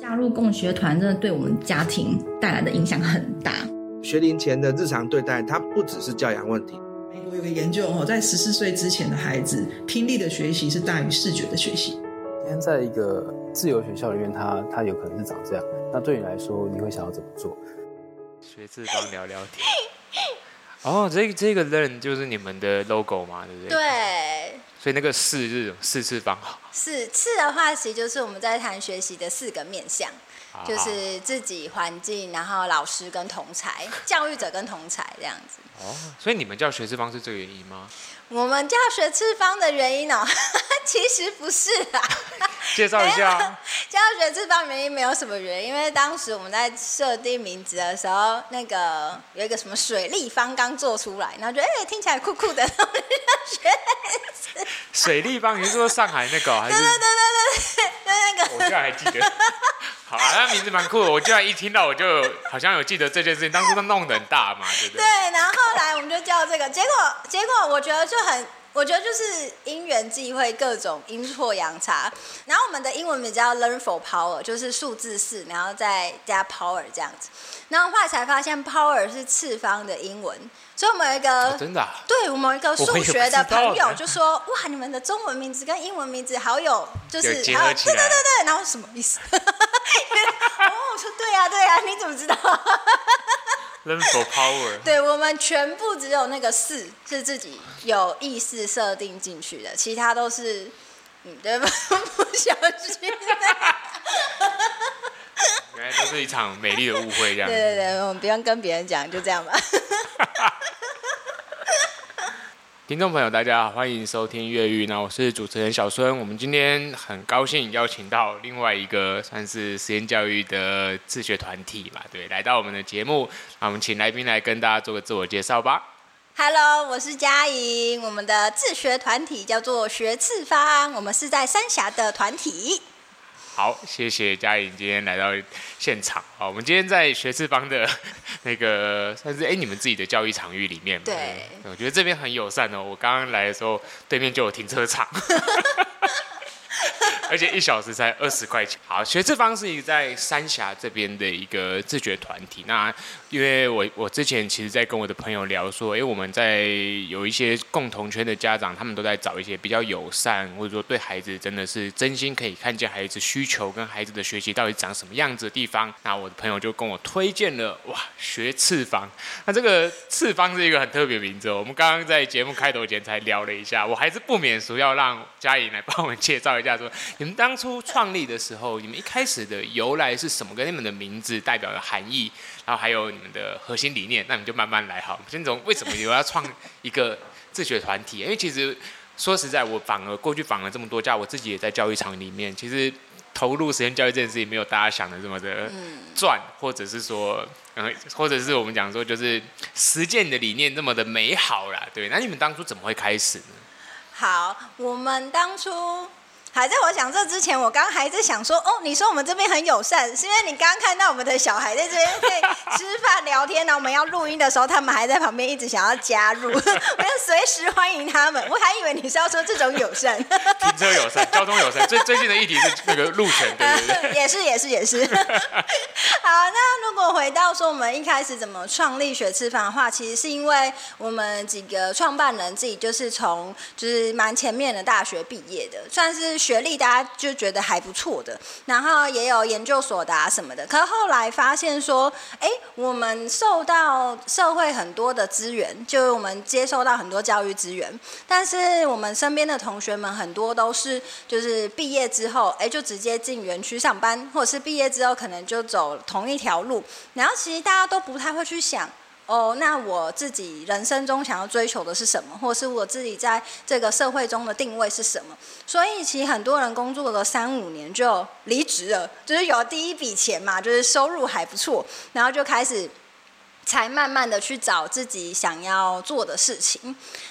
加入共学团真的对我们家庭带来的影响很大。 学龄前的日常对待，它不只是教养问题。 美国有个研究，在14岁之前的孩子，听力的学习是大于视觉的学习。 今天在一个自由学校里面，它有可能是长这样。那对你来说，你会想要怎么做？ 学志方聊聊天。哦，这个 learn 就是你们的 logo 嘛，对不对？ 对。 所以那个4是4次方。 4的话，其实就是我们在谈学习的4个面向。就是自己、环境，然后老师跟同侪，教育者跟同侪这样子。 哦，所以你们叫学志方是这个原因吗？ 我们叫学志方的原因哦，其实不是啦。 介绍一下。 叫学志方原因没有什么原因，因为当时我们在设定名字的时候，那个有一个什么水立方刚做出来，然后觉得听起来酷酷的，然后就学。 水立方，你是说上海那个还是？ 对，那个。 我居然还记得。好啊，那名字蛮酷的。我居然一听到，我就好像有记得这件事情。当初他弄得很大嘛，对不对？ 对，然后后来我们就叫这个，结果我觉得就是因缘际会，各种阴错阳差。然后我们的英文名叫 Learn for Power， 就是数字4，然后再加 Power 这样子。然后后来才发现 Power 是次方的英文，所以我们有一个真的对，我们有一个数学的朋友就说：“哇，你们的中文名字跟英文名字好有，就是结合起来。” 对，然后什么意思？我说对啊，你怎么知道 ？Learn for Power。 对，我们全部只有那个4是自己有意识设定进去的，其他都是对不小心。 原来都是一场美丽的误会，这样。 对，我们不用跟别人讲，就这样吧。 听众朋友，大家好，欢迎收听越狱。那我是主持人小孙。我们今天很高兴邀请到另外一个算是实验教育的自学团体嘛，对，来到我们的节目。那我们请来宾来跟大家做个自我介绍吧。 Hello， 我是嘉莹，我们的自学团体叫做学次方，我们是在三峡的团体。 好，谢谢嘉颖今天来到现场。好，我们今天在学次方的那个算是你们自己的教育场域里面嘛。 对， 我觉得这边很友善哦。我刚刚来的时候，对面就有停车场。而且1小时才20块钱。好，学次方是一个在三峡这边的一个自学团体。那因为我之前其实在跟我的朋友聊说，我们在有一些共同圈的家长，他们都在找一些比较友善，或者说对孩子真的是真心可以看见孩子需求跟孩子的学习到底长什么样子的地方。那我的朋友就跟我推荐了学次方。那这个次方是一个很特别的名字哦。我们刚刚在节目开头前才聊了一下，我还是不免俗要让嘉颖来帮我们介绍一下说，你们当初创立的时候，你们一开始的由来是什么？跟你们的名字代表的含义，然后还有你们的核心理念，那你就慢慢来好。先从为什么有要创一个自学团体？因为其实说实在，我过去访了这么多家，我自己也在教育场里面，其实投入实验教育这件事情没有大家想的这么的赚，或者是说，或者是我们讲说就是实践的理念这么的美好啦。对，那你们当初怎么会开始呢？ 好，我们当初还在我讲这之前，我刚刚还在想说，你说我们这边很友善，是因为你刚刚看到我们的小孩在这边可以吃饭聊天，然后我们要录音的时候，他们还在旁边一直想要加入，我要随时欢迎他们。我还以为你是要说这种友善， 停车友善、交通友善，最近的议题是那个路权，对。 也是。好，那如果回到说我们一开始怎么创立学次方的话，其实是因为我们几个创办人自己就是从蛮前面的大学毕业的，算是学历大家就觉得还不错的，然后也有研究所的什么的。可是后来发现说，我们受到社会很多的资源，就是我们接受到很多教育资源，但是我们身边的同学们很多都是就是毕业之后，就直接进园区上班，或者是毕业之后可能就走同一条路，然后其实大家都不太会去想。那我自己人生中想要追求的是什么，或是我自己在这个社会中的定位是什么？所以其实很多人工作了3-5年就离职了，就是有第一笔钱嘛，就是收入还不错，然后就开始才慢慢的去找自己想要做的事情。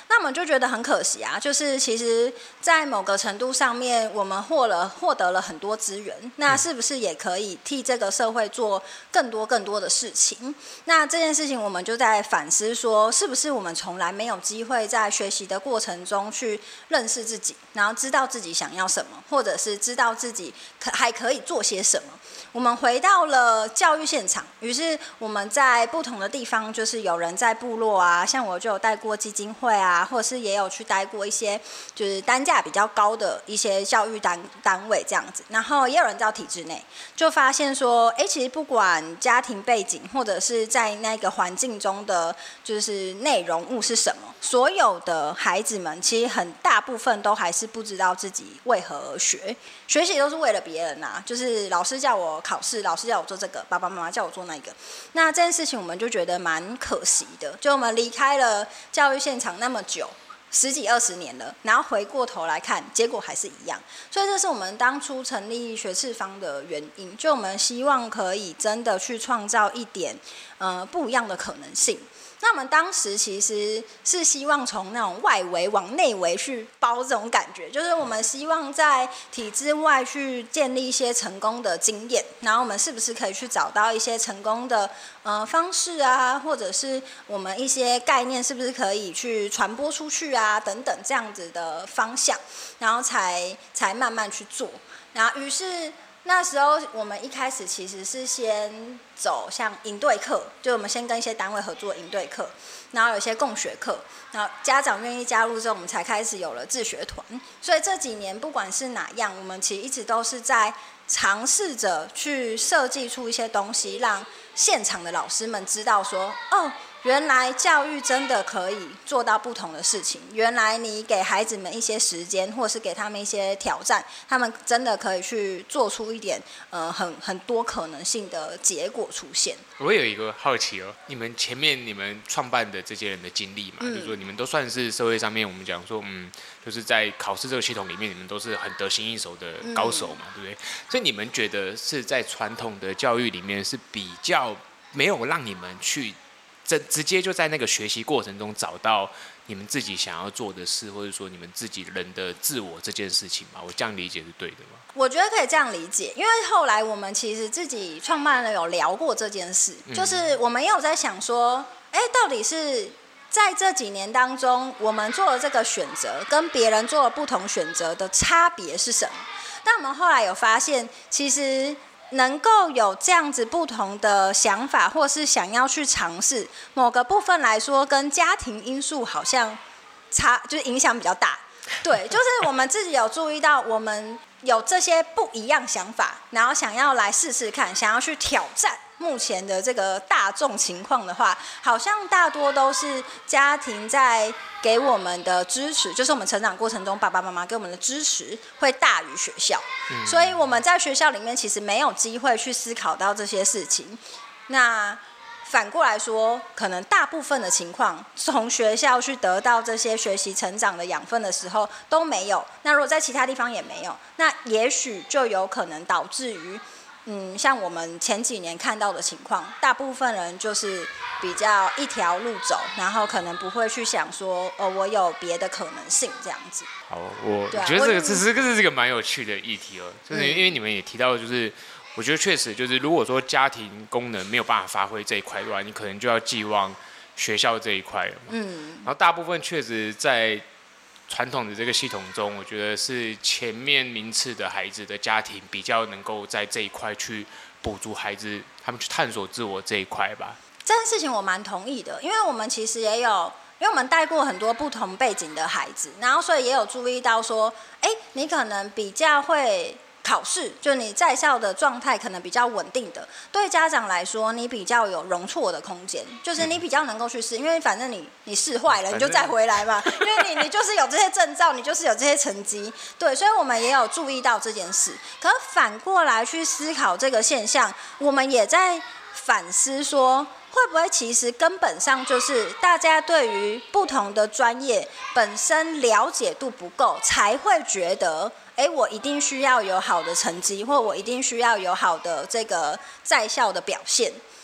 那我们就觉得很可惜啊，就是其实在某个程度上面，我们获得了很多资源，那是不是也可以替这个社会做更多的事情？那这件事情我们就在反思说，是不是我们从来没有机会在学习的过程中去认识自己，然后知道自己想要什么，或者是知道自己还可以做些什么。我们回到了教育现场，于是我们在不同的地方，就是有人在部落啊，像我就有带过基金会啊，或者是也有去带过一些就是单价比较高的一些教育单位这样子，然后也有人到体制内，就发现说，其实不管家庭背景或者是在那个环境中的就是内容物是什么，所有的孩子们其实很大部分都还是不知道自己为何而学，学习都是为了别人啊，就是老师叫我考试，老师叫我做这个，爸爸妈妈叫我做那个。那这件事情我们就觉得蛮可惜的，就我们离开了教育现场那么久，10几20年了，然后回过头来看，结果还是一样。所以这是我们当初成立学赤方的原因，就我们希望可以真的去创造一点不一样的可能性。那我们当时其实是希望从那种外围往内围去包这种感觉，就是我们希望在体制外去建立一些成功的经验，然后我们是不是可以去找到一些成功的方式啊，或者是我们一些概念是不是可以去传播出去啊，等等这样子的方向，然后才慢慢去做。然后于是那时候我们一开始其实是先走像营队课，就我们先跟一些单位合作营队课，然后有一些共学课，然后家长愿意加入之后，我们才开始有了自学团。所以这几年不管是哪样，我们其实一直都是在尝试着去设计出一些东西，让现场的老师们知道说，原来教育真的可以做到不同的事情，原来你给孩子们一些时间，或是给他们一些挑战，他们真的可以去做出一点很多可能性的结果出现。 我有一个好奇哦，你们创办的这些人的经历嘛，就是说你们都算是社会上面我们讲说就是在考试这个系统里面，你们都是很得心应手的高手嘛，对不对？所以你们觉得是在传统的教育里面是比较没有让你们去直接就在那个学习过程中找到你们自己想要做的事，或者说你们自己人的自我这件事情吗？我这样理解是对的吗？ 我觉得可以这样理解，因为后来我们其实自己创办人有聊过这件事，就是我们也有在想说，到底是在这几年当中，我们做了这个选择，跟别人做了不同选择的差别是什么？但我们后来有发现，其实能够有这样子不同的想法，或是想要去尝试某个部分来说，跟家庭因素好像就是影响比较大。对，就是我们自己有注意到，我们有这些不一样想法，然后想要来试试看，想要去挑战目前的这个大众情况的话，好像大多都是家庭在给我们的支持，就是我们成长过程中爸爸妈妈给我们的支持会大于学校，所以我们在学校里面其实没有机会去思考到这些事情。那反过来说，可能大部分的情况从学校去得到这些学习成长的养分的时候都没有，那如果在其他地方也没有，那也许就有可能导致于像我们前几年看到的情况，大部分人就是比较一条路走，然后可能不会去想说，我有别的可能性这样子。 好，我觉得这是个蛮有趣的议题哦，就是因为你们也提到，就是我觉得确实就是，如果说家庭功能没有办法发挥这一块的话，你可能就要寄望学校这一块了嘛。然后大部分确实在传统的这个系统中，我觉得是前面名次的孩子的家庭比较能够在这一块去补足孩子他们去探索自我这一块吧。 这件事情我蛮同意的，因为我们其实也有，因为我们带过很多不同背景的孩子，然后所以也有注意到说，你可能比较会考试，就你在校的状态可能比较稳定的，对家长来说，你比较有容错的空间，就是你比较能够去试，因为反正你试坏了，你就再回来嘛，因为你就是有这些证照，你就是有这些成绩，对，所以我们也有注意到这件事。可是反过来去思考这个现象，我们也在反思说，会不会其实根本上就是大家对于不同的专业本身了解度不够，才会觉得我一定需要有好的成绩，或我一定需要有好的这个在校的表现。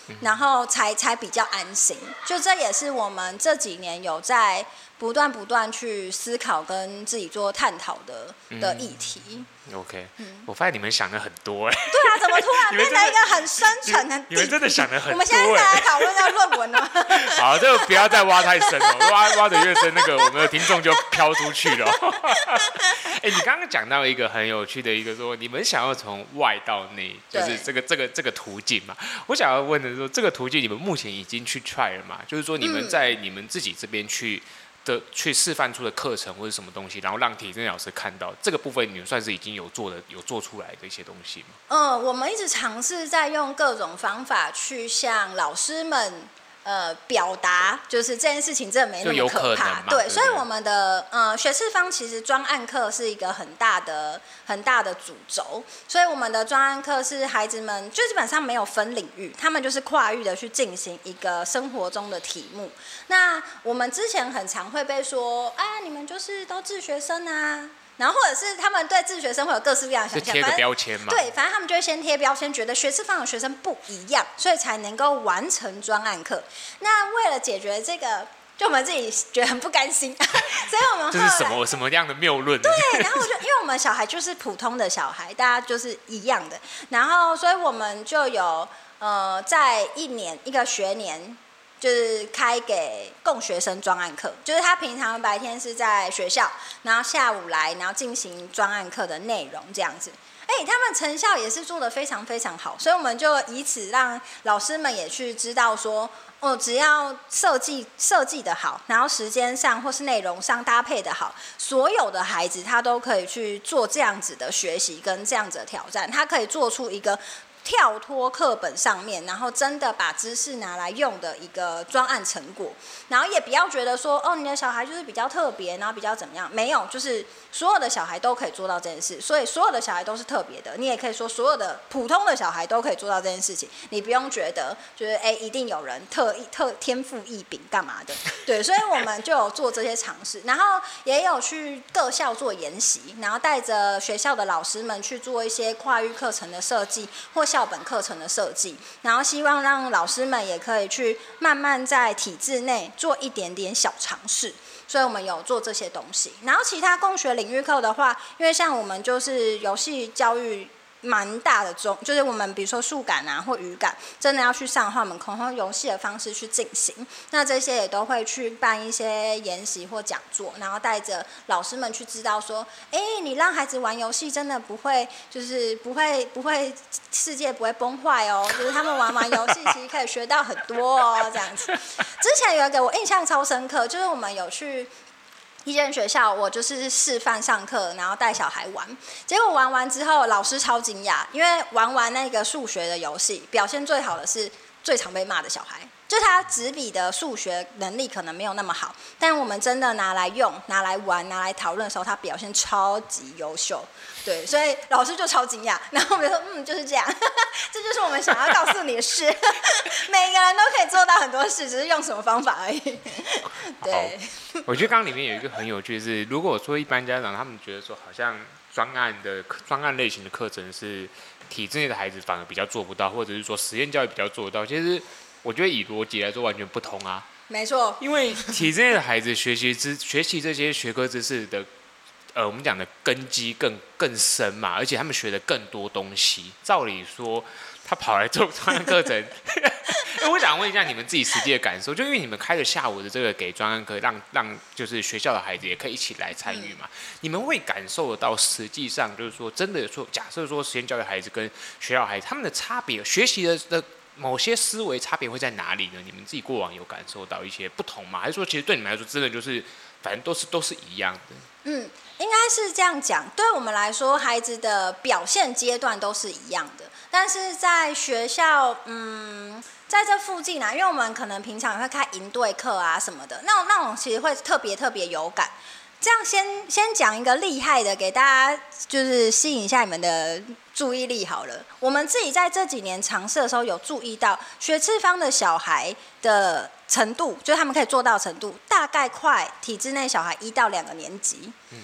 然后才比较安心。就这也是我们这几年有在不断去思考跟自己做探讨的议题。 OK，我发现你们想的很多哎。 对啊，怎么突然变成一个很深沉的？ 你们真的想的很多。 我们现在再来讨论一下论文了。 好，这个不要再挖太深了，挖的越深，那个我们的听众就飘出去了。你刚刚讲到一个很有趣的一个说，你们想要从外到内，就是这个途径嘛。我想要问的是说，这个途径你们目前已经去 try 了嘛？就是说你们在你们自己这边去示范出的课程或者什么东西，然后让体正老师看到这个部分，你们算是已经有做出来的一些东西吗？ 我们一直尝试在用各种方法去向老师们表达，就是这件事情真的没那么可怕。对，所以我们的学士方其实专案课是一个很大的主轴，所以我们的专案课是孩子们就基本上没有分领域，他们就是跨域的去进行一个生活中的题目。那我们之前很常会被说，你们就是都自学生啊。然后或者是他们对自学生会有各式各样的想象， 贴个标签嘛。对， 反正他们就会先贴标签，觉得学士方的学生不一样，所以才能够完成专案课。那为了解决这个，就我们自己觉得很不甘心，所以我们后来这是什么样的谬论？ 对，然后因为我们小孩就是普通的小孩，大家就是一样的，然后所以我们就有在一个学年。就是开给共学生专案课，就是他平常白天是在学校，然后下午来，然后进行专案课的内容这样子。他们成效也是做得非常非常好，所以我们就以此让老师们也去知道说，只要设计的好，然后时间上或是内容上搭配的好，所有的孩子他都可以去做这样子的学习跟这样子的挑战，他可以做出一个跳脱课本上面，然后真的把知识拿来用的一个专案成果，然后也不要觉得说你的小孩就是比较特别，然后比较怎么样，没有，就是所有的小孩都可以做到这件事，所以所有的小孩都是特别的，你也可以说所有的普通的小孩都可以做到这件事情，你不用觉得就是一定有人特天赋异禀干嘛的，对，所以我们就有做这些尝试，然后也有去各校做研习，然后带着学校的老师们去做一些跨域课程的设计或校本课程的设计，然后希望让老师们也可以去慢慢在体制内做一点点小尝试，所以我们有做这些东西。然后其他共学领域课的话，因为像我们就是游戏教育蛮大的就是我们比如说数感啊或语感，真的要去上的话，我们可能用游戏的方式去进行。那这些也都会去办一些研习或讲座，然后带着老师们去知道说，你让孩子玩游戏真的不会，就是不会世界不会崩坏哦，就是他们玩游戏其实可以学到很多哦，这样子。之前有一个我印象超深刻，就是我们有去一间学校，我就是示范上课，然后带小孩玩。结果玩完之后，老师超惊讶，因为玩完那个数学的游戏，表现最好的是最常被骂的小孩。就他纸笔的数学能力可能没有那么好，但我们真的拿来用、拿来玩、拿来讨论的时候，他表现超级优秀。对，所以老师就超惊讶，然后我们就说，就是这样，这就是我们想要告诉你的事。每个人都可以做到很多事，只是用什么方法而已。对， 我觉得刚刚里面有一个很有趣的是，如果说一般家长他们觉得说，好像专案类型的课程是体制内的孩子反而比较做不到，或者是说实验教育比较做得到，其实我觉得以逻辑来说完全不同啊。 没错， 因为体制内的孩子学习这些学科知识的，我们讲的根基更深嘛，而且他们学的更多东西。照理说，他跑来做专案课程，我想问一下你们自己实际的感受，就因为你们开了下午的这个给专案课，让就是学校的孩子也可以一起来参与嘛，你们会感受得到实际上就是说真的说，假设说实验教育孩子跟学校孩子他们的差别，学习的某些思维差别会在哪里呢？你们自己过往有感受到一些不同吗？还是说其实对你们来说真的就是反正都是一样的？ 应该是这样讲。对我们来说，孩子的表现阶段都是一样的，但是在学校，在这附近啊，因为我们可能平常也会开营队课啊什么的，那种其实会特别有感。这样先讲一个厉害的，给大家就是吸引一下你们的注意力好了。我们自己在这几年尝试的时候，有注意到学次方的小孩的程度，就是他们可以做到的程度，大概快体制内小孩1到2个年级。但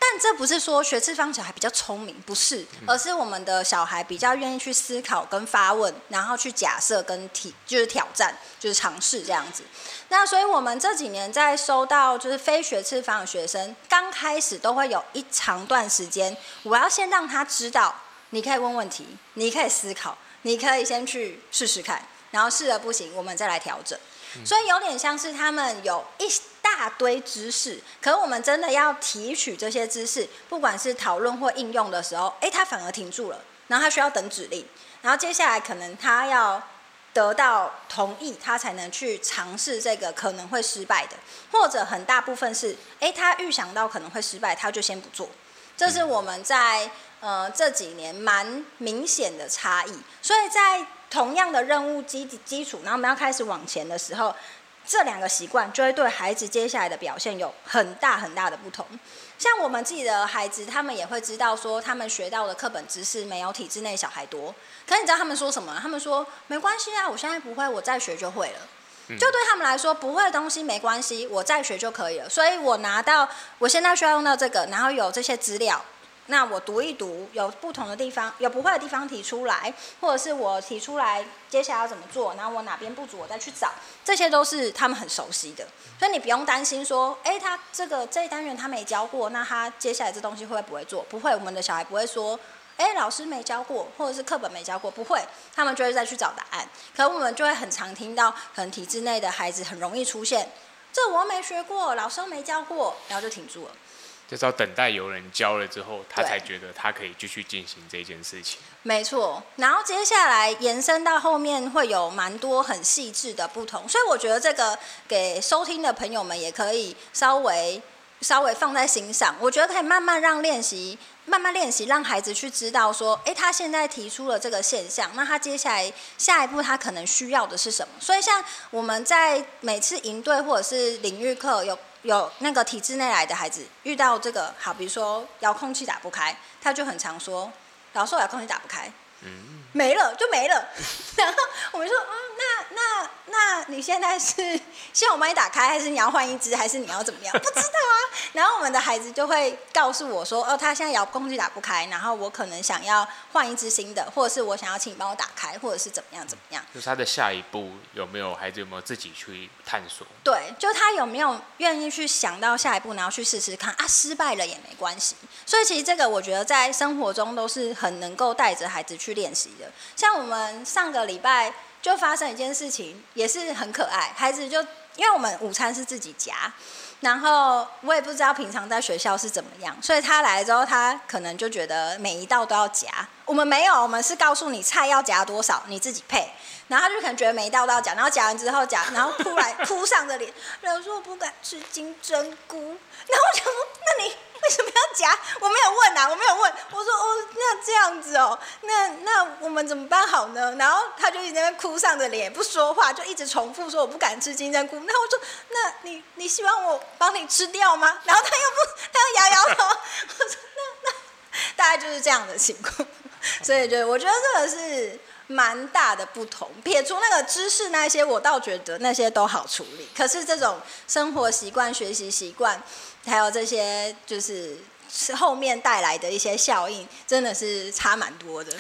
但这不是说学次方小孩比较聪明，不是，而是我们的小孩比较愿意去思考跟发问，然后去假设跟就是挑战，就是尝试这样子。那所以我们这几年在收到就是非学次方的学生，刚开始都会有一长段时间，我要先让他知道，你可以问问题，你可以思考，你可以先去试试看，然后试了不行，我们再来调整。所以有点像是他们有一大堆知识，可是我们真的要提取这些知识，不管是讨论或应用的时候，他反而停住了，然后他需要等指令，然后接下来可能他要得到同意，他才能去尝试这个可能会失败的，或者很大部分是，他预想到可能会失败，他就先不做。这是我们在这几年蛮明显的差异。所以在同样的任务基础，然后我们要开始往前的时候，这2个习惯就会对孩子接下来的表现有很大很大的不同。像我们自己的孩子，他们也会知道说，他们学到的课本知识没有体制内小孩多。可是你知道他们说什么？他们说没关系啊，我现在不会，我再学就会了。就对他们来说，不会的东西没关系，我再学就可以了。所以我拿到我现在需要用到这个，然后有这些资料，那我读一读，有不同的地方，有不会的地方提出来，或者是我提出来接下来要怎么做，然后我哪边不足我再去找，这些都是他们很熟悉的。所以你不用担心说，他这一单元他没教过，那他接下来这东西会不会做？不会，我们的小孩不会说，老师没教过，或者是课本没教过，不会，他们就会再去找答案。可我们就会很常听到，可能体制内的孩子很容易出现，这我没学过，老师没教过，然后就停住了。 就是要等待有人教了之后，他才觉得他可以继续进行这件事情。 没错，然后接下来延伸到后面会有蛮多很细致的不同，所以我觉得这个给收听的朋友们也可以稍微放在心上。我觉得可以慢慢练习，让孩子去知道说，他现在提出了这个现象，那他接下来下一步他可能需要的是什么？所以像我们在每次营队或者是领域课有那个体制内来的孩子遇到这个，好，比如说遥控器打不开，他就很常说，老师我遥控器打不开，没了就没了。然后我们说，那你现在是希望我帮你打开，还是你要换一支，还是你要怎么样？不知道啊。然后我们的孩子就会告诉我说，他现在遥控器打不开，然后我可能想要换一支新的，或者是我想要请你帮我打开，或者是怎么样。 就是他的下一步孩子有没有自己去探索？ 对，就他有没有愿意去想到下一步，然后去试试看啊，失败了也没关系。所以其实这个我觉得在生活中都是很能够带着孩子去练习的。像我们上个礼拜就发生一件事情，也是很可爱。孩子就因为我们午餐是自己夹，然后我也不知道平常在学校是怎么样，所以他来之后，他可能就觉得每一道都要夹。我们没有，我们是告诉你菜要夹多少，你自己配。然后他就可能觉得每一道都要夹，然后夹完之后然后哭丧着脸，然后说我不敢吃金针菇。然后我想说，那你为什么要夹？我没有问啊，我没有问。我说那这样子那我们怎么办好呢？然后他就一直在那边哭丧着脸不说话，就一直重复说我不敢吃金针菇。然后我说那你希望我帮你吃掉吗？然后他又摇头。我说那大概就是这样的情况。所以我觉得这个是蛮大的不同。撇除那个知识那些，我倒觉得那些都好处理。可是这种生活习惯、学习习惯，还有这些就是后面带来的一些效应，真的是差蛮多的。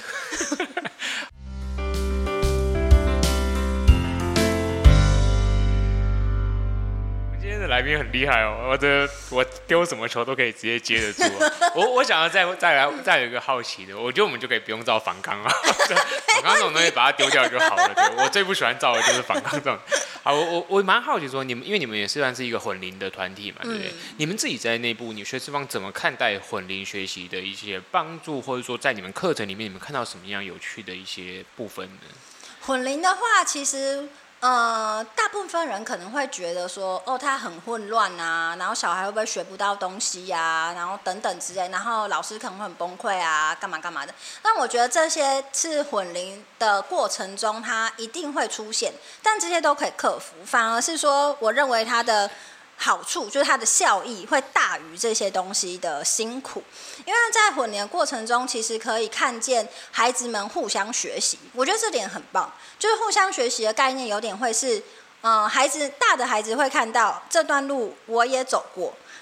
今天的来宾很厉害哦，我丢什么球都可以直接接得住。我想要再有一个好奇的，我觉得我们就可以不用照反纲了，反纲这种东西把它丢掉就好了。对，我最不喜欢照的就是反纲这种。好，我蛮好奇说，因为你们也算是一个混龄的团体嘛，对不对？你们自己在内部，你学士方怎么看待混龄学习的一些帮助，或者说在你们课程里面，你们看到什么样有趣的一些部分呢？ 混龄的话，其实大部分人可能会觉得说，他很混乱啊，然后小孩会不会学不到东西啊，然后等等之类，然后老师可能会很崩溃啊，干嘛干嘛的。但我觉得这些是混龄的过程中，它一定会出现，但这些都可以克服。反而是说，我认为它的好处就是它的效益会大于这些东西的辛苦，因为在混龄的过程中，其实可以看见孩子们互相学习，我觉得这点很棒。就是互相学习的概念有点会是，大的孩子会看到这段路我也走过，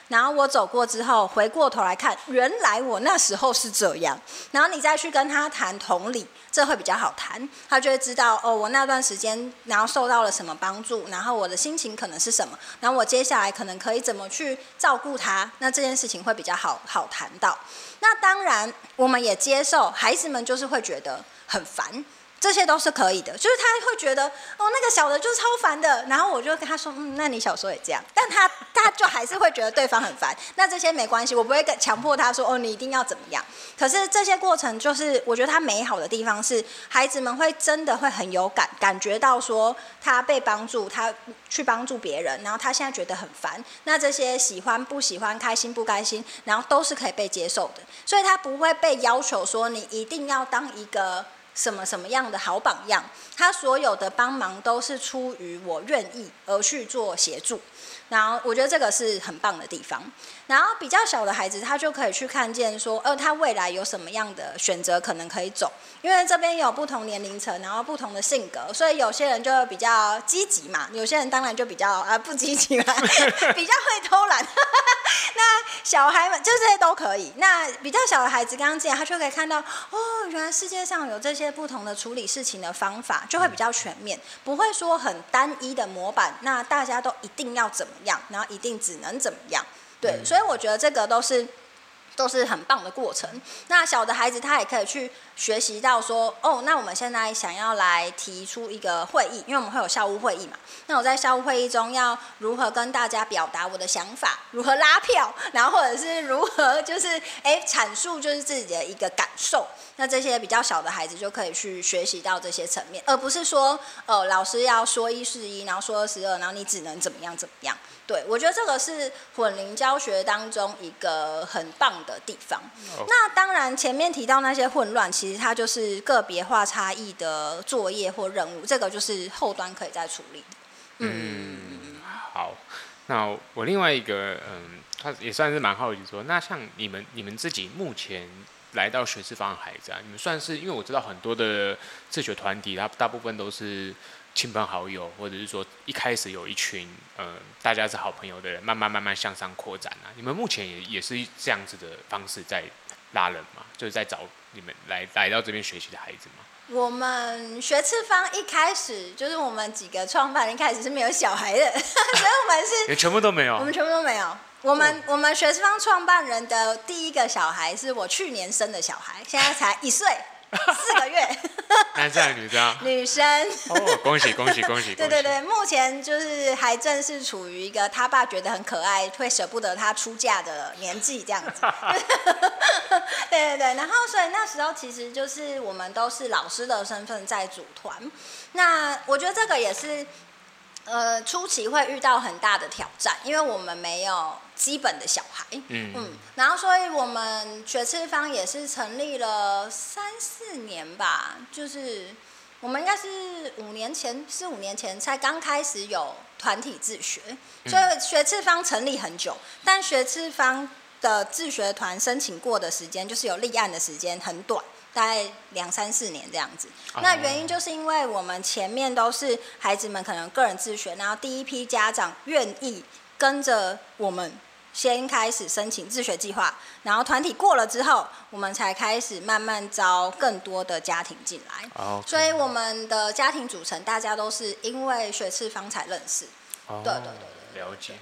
然后我走过之后回过头来看，原来我那时候是这样，然后你再去跟他谈同理，这会比较好谈，他就会知道哦，我那段时间然后受到了什么帮助，然后我的心情可能是什么，然后我接下来可能可以怎么去照顾他，那这件事情会比较好谈到。那当然我们也接受孩子们就是会觉得很烦，这些都是可以的，就是他会觉得哦，那个小的就是超烦的，然后我就跟他说，那你小时候也这样，但他就还是会觉得对方很烦。那这些没关系，我不会强迫他说哦，你一定要怎么样。可是这些过程就是我觉得他美好的地方是，孩子们会真的会很有感觉到说他被帮助，他去帮助别人，然后他现在觉得很烦。那这些喜欢不喜欢、开心不开心，然后都是可以被接受的，所以他不会被要求说你一定要当一个什么什么样的好榜样，他所有的帮忙都是出于我愿意而去做协助，然后我觉得这个是很棒的地方。然后比较小的孩子，他就可以去看见说，他未来有什么样的选择可能可以走，因为这边有不同年龄层，然后不同的性格，所以有些人就比较积极嘛，有些人当然就比较不积极嘛，比较会偷懒。那小孩们就这些都可以。那比较小的孩子刚刚进来，他就可以看到哦，原来世界上有这些不同的处理事情的方法，就会比较全面，不会说很单一的模板，那大家都一定要怎么样，然后一定只能怎么样。对，所以我觉得这个都是很棒的过程。那小的孩子他也可以去学习到说，哦，那我们现在想要来提出一个会议，因为我们会有校务会议嘛。那我在校务会议中要如何跟大家表达我的想法，如何拉票，然后或者是如何就是阐述就是自己的一个感受。那这些比较小的孩子就可以去学习到这些层面，而不是说老师要说一是一，然后说二是二，然后你只能怎么样怎么样。对，我觉得这个是混龄教学当中一个很棒的地方。那当然前面提到那些混乱，其实它就是个别化差异的作业或任务，这个就是后端可以再处理。 好，那我另外一个他也算是蛮好奇说，那像你们自己目前来到学士方的孩子啊，你们算是，因为我知道很多的自学团体，它大部分都是亲朋好友，或者是说一开始有一群大家是好朋友的人，慢慢向上扩展啊。你们目前也是这样子的方式在拉人嘛？就是在找你们来到这边学习的孩子吗？ 我们学次方一开始就是我们几个创办人一开始是没有小孩的，所以我们是也全部都没有。 我们全部都没有。我们学次方创办人的第一个小孩是我去年生的小孩，现在才1岁4个月。 男生还是女生？女生。 哦，恭喜恭喜恭喜！ 对对对，目前就是还正是处于一个他爸觉得很可爱，会舍不得他出嫁的年纪这样子。对对对，然后所以那时候其实就是我们都是老师的身份在组团。那我觉得这个也是初期会遇到很大的挑战，因为我们没有基本的小孩，然后所以我们学次方也是成立了3-4年吧，就是我们应该是4-5年前才刚开始有团体自学，所以学次方成立很久，但学次方的自学团申请过的时间，就是有立案的时间很短。大概2-3-4年这样子，那原因就是因为我们前面都是孩子们可能个人自学，然后第一批家长愿意跟着我们先开始申请自学计划，然后团体过了之后，我们才开始慢慢招更多的家庭进来。所以我们的家庭组成，大家都是因为学次方才认识。对对对对， 了解。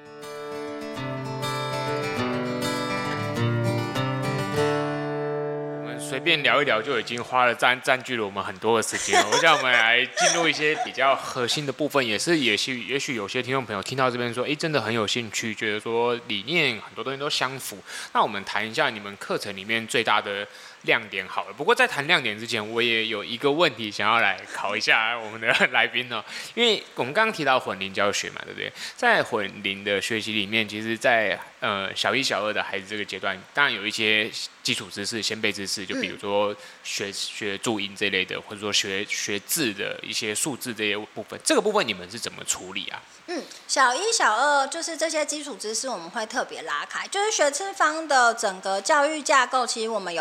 随便聊一聊就已经花了占据了我们很多的时间了。我想我们来进入一些比较核心的部分，也许有些听众朋友听到这边说，真的很有兴趣，觉得说理念很多东西都相符。那我们谈一下你们课程里面最大的亮点好了。不过在谈亮点之前，我也有一个问题想要来考一下我们的来宾哦，因为我们刚刚提到混龄教学嘛，对不对？在混龄的学习里面，其实在小1、小2的孩子这个阶段，当然有一些基础知识、先辈知识，就比如说学注音这类的，或者说学字的一些数字这些部分，这个部分你们是怎么处理啊？ 小1、小2就是这些基础知识我们会特别拉开，就是学次方的整个教育架构，其实我们有分几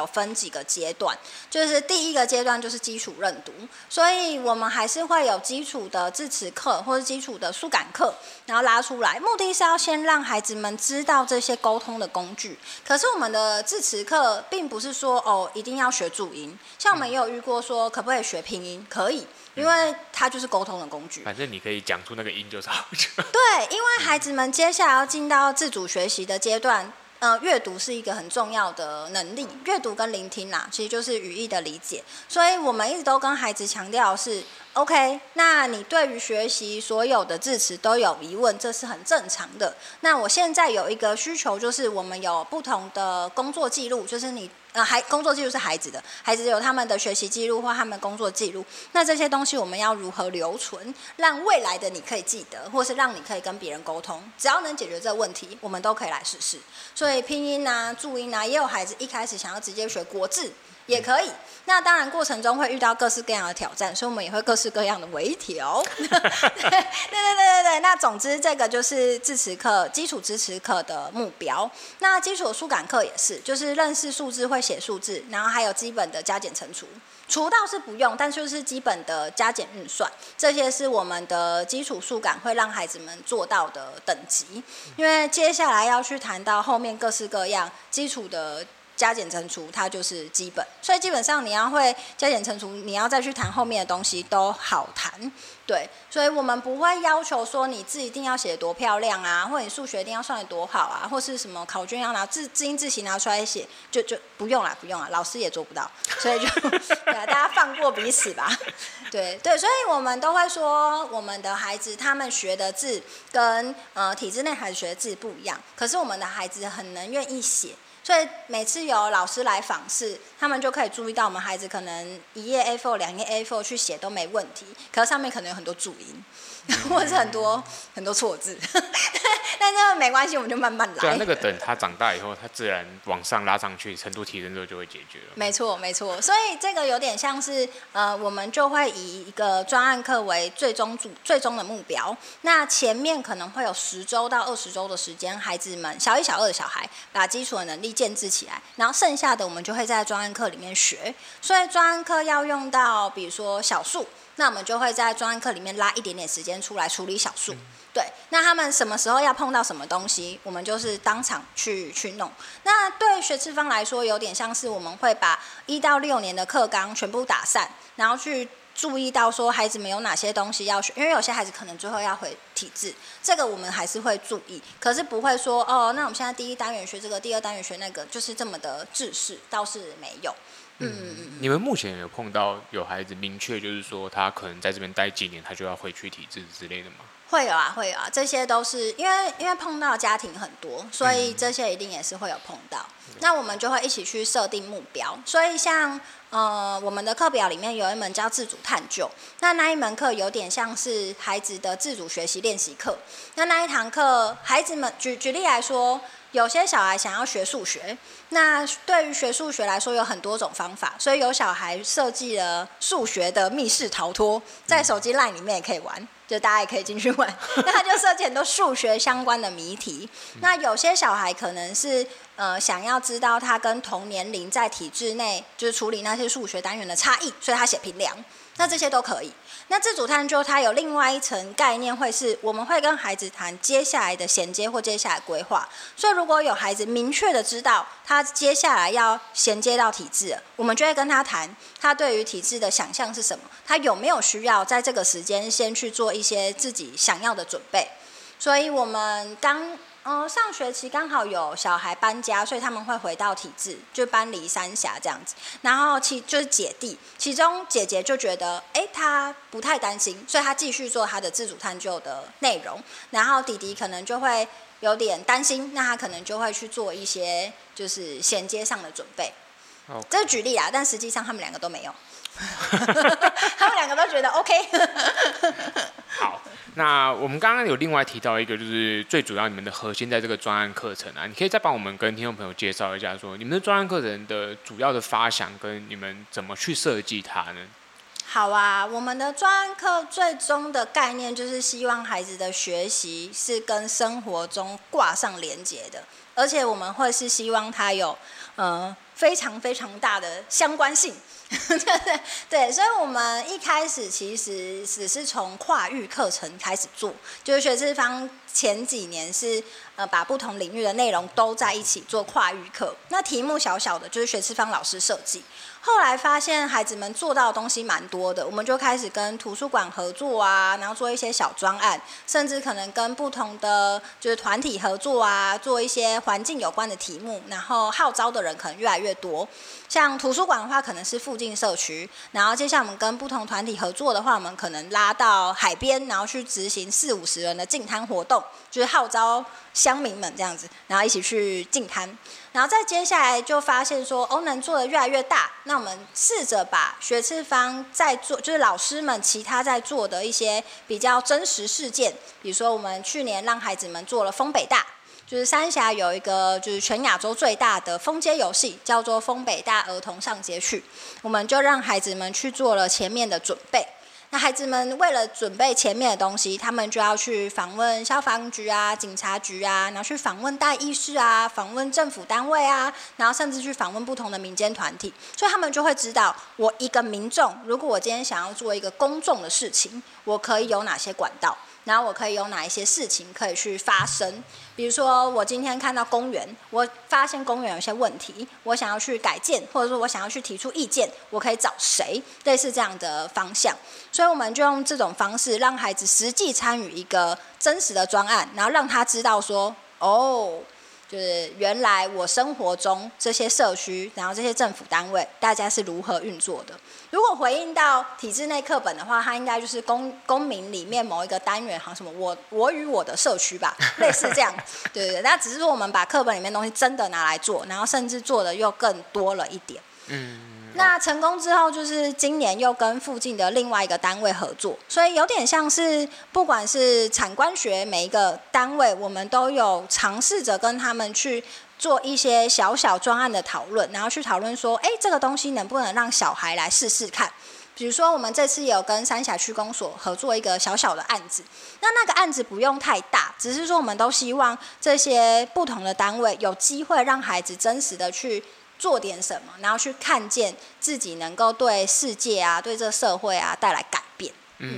个阶段，就是第一个阶段就是基础认读，所以我们还是会有基础的字词课或者基础的速感课，然后拉出来，目的是要先让孩子们知道这些沟通的工具。可是我们的字词课并不是说一定要学注音，像我们也有遇过说可不可以学拼音，可以。因为它就是沟通的工具， 反正你可以讲出那个音就是好。 对，因为孩子们接下来要进到自主学习的阶段，阅读是一个很重要的能力，阅读跟聆听啦，其实就是语义的理解。所以我们一直都跟孩子强调的是 ，OK， 那你对于学习所有的字词都有疑问，这是很正常的。那我现在有一个需求，就是我们有不同的工作记录，就是你。工作记录是孩子的，孩子有他们的学习记录或他们工作记录，那这些东西我们要如何留存，让未来的你可以记得，或是让你可以跟别人沟通，只要能解决这个问题，我们都可以来试试。所以拼音啊、注音啊，也有孩子一开始想要直接学国字，也可以。那当然过程中会遇到各式各样的挑战，所以我们也会各式各样的微调。对。那总之这个就是字词课、基础字词课的目标。那基础的速感课也是，就是认识数字、会写数字，然后还有基本的加减乘除。除倒是不用，但就是基本的加减运算，这些是我们的基础速感会让孩子们做到的等级。因为接下来要去谈到后面各式各样基础的加减乘除，它就是基本，所以基本上你要会加减乘除，你要再去谈后面的东西都好谈。对，所以我们不会要求说你字一定要写得多漂亮啊，或者你数学一定要算得多好啊，或是什么考卷要拿字音字形拿出来写，就不用啦，老师也做不到，所以就对大家放过彼此吧。对，所以我们都会说，我们的孩子他们学的字跟体制内孩子学的字不一样，可是我们的孩子很能愿意写。所以每次有老师来访视，他们就可以注意到我们孩子可能1页 A4、2页 A4 去写都没问题，可是上面可能有很多注音，或者是很多错字，但这没关系，我们就慢慢来。 对啊，那个等他长大以后，他自然往上拉上去，程度提升之后就会解决了。 没错，所以这个有点像是我们就会以一个专案课为最终的目标。那前面可能会有10周到20周的时间，孩子们小1、小2的小孩把基础的能力建制起来，然后剩下的我们就会在专案课里面学。所以专案课要用到，比如说小数，那我们就会在专案课里面拉一点点时间出来处理小数。对，那他们什么时候要碰到什么东西，我们就是当场去弄。那对学次方来说，有点像是我们会把1到6年的课纲全部打散，然后去注意到说孩子们有哪些东西要学，因为有些孩子可能最后要回体制，这个我们还是会注意，可是不会说那我们现在第1单元学这个，第2单元学那个，就是这么的制式，倒是没有。 你们目前有碰到有孩子明确就是说他可能在这边待几年，他就要回去体制之类的吗？ 会有啊，这些都是因为碰到家庭很多，所以这些一定也是会有碰到。那我们就会一起去设定目标，所以像我们的课表里面有一门叫自主探究，那一门课有点像是孩子的自主学习练习课。那一堂课，孩子们举例来说，有些小孩想要学数学，那对于学数学来说有很多种方法，所以有小孩设计了数学的密室逃脱，在手机 LINE 里面也可以玩，就大家也可以进去玩。那他就设计很多数学相关的谜题。那有些小孩可能是想要知道他跟同年龄在体制内就是处理那些数学单元的差异，所以他写评量。那这些都可以。那自主探究它有另外一层概念，会是我们会跟孩子谈接下来的衔接或接下来规划。所以如果有孩子明确的知道他接下来要衔接到体制，我们就会跟他谈他对于体制的想象是什么，他有没有需要在这个时间先去做一些自己想要的准备。所以我们上学期刚好有小孩搬家，所以他们会回到体制，就搬离三峡这样子。然后就是姐弟，其中姐姐就觉得，她不太担心，所以她继续做她的自主探究的内容。然后弟弟可能就会有点担心，那他可能就会去做一些就是衔接上的准备。这是举例啦，但实际上他们2个都没有。他们2个都觉得 OK。 好，那我们刚刚有另外提到一个，就是最主要你们的核心在这个专案课程啊，你可以再帮我们跟听众朋友介绍一下，说你们的专案课程的主要的发想跟你们怎么去设计它呢？ 好啊，我们的专案课最终的概念就是希望孩子的学习是跟生活中挂上连结的，而且我们会是希望他有非常非常大的相关性。对，所以我们一开始其实只是从跨域课程开始做，就是学次方前几年是把不同领域的内容都在一起做跨域课，那题目小小的就是学次方老师设计。后来发现孩子们做到的东西蛮多的，我们就开始跟图书馆合作啊，然后做一些小专案，甚至可能跟不同的就是团体合作啊，做一些环境有关的题目，然后号召的人可能越来越多。像图书馆的话，可能是附近社区，然后接下来我们跟不同团体合作的话，我们可能拉到海边，然后去执行40-50人的净滩活动，就是号召乡民们这样子，然后一起去净滩。然后再接下来就发现说，能做的越来越大，那我们试着把学次方在做，就是老师们其他在做的一些比较真实事件，比如说我们去年让孩子们做了丰北大。就是三峡有一个就是全亚洲最大的封街游戏，叫做丰北大儿童上街去，我们就让孩子们去做了前面的准备。那孩子们为了准备前面的东西，他们就要去访问消防局啊、警察局啊，然后去访问代议士啊、访问政府单位啊，然后甚至去访问不同的民间团体，所以他们就会知道，我一个民众，如果我今天想要做一个公众的事情，我可以有哪些管道，然后我可以有哪一些事情可以去发生。比如说我今天看到公园，我发现公园有一些问题，我想要去改建，或者说我想要去提出意见，我可以找谁，类似这样的方向。所以我们就用这种方式让孩子实际参与一个真实的专案，然后让他知道说，就是原来我生活中这些社区，然后这些政府单位，大家是如何运作的。如果回应到体制内课本的话，它应该就是公民里面某一个单元，好像什么我与我的社区吧，类似这样。对，那只是说我们把课本里面的东西真的拿来做，然后甚至做的又更多了一点。那成功之后，就是今年又跟附近的另外一个单位合作，所以有点像是不管是产官学每一个单位，我们都有尝试着跟他们去做一些小小专案的讨论，然后去讨论说，这个东西能不能让小孩来试试看。比如说我们这次也有跟三峡区公所合作一个小小的案子，那个案子不用太大，只是说我们都希望这些不同的单位有机会让孩子真实的去做点什么，然后去看见自己能够对世界啊、对这个社会啊带来改变。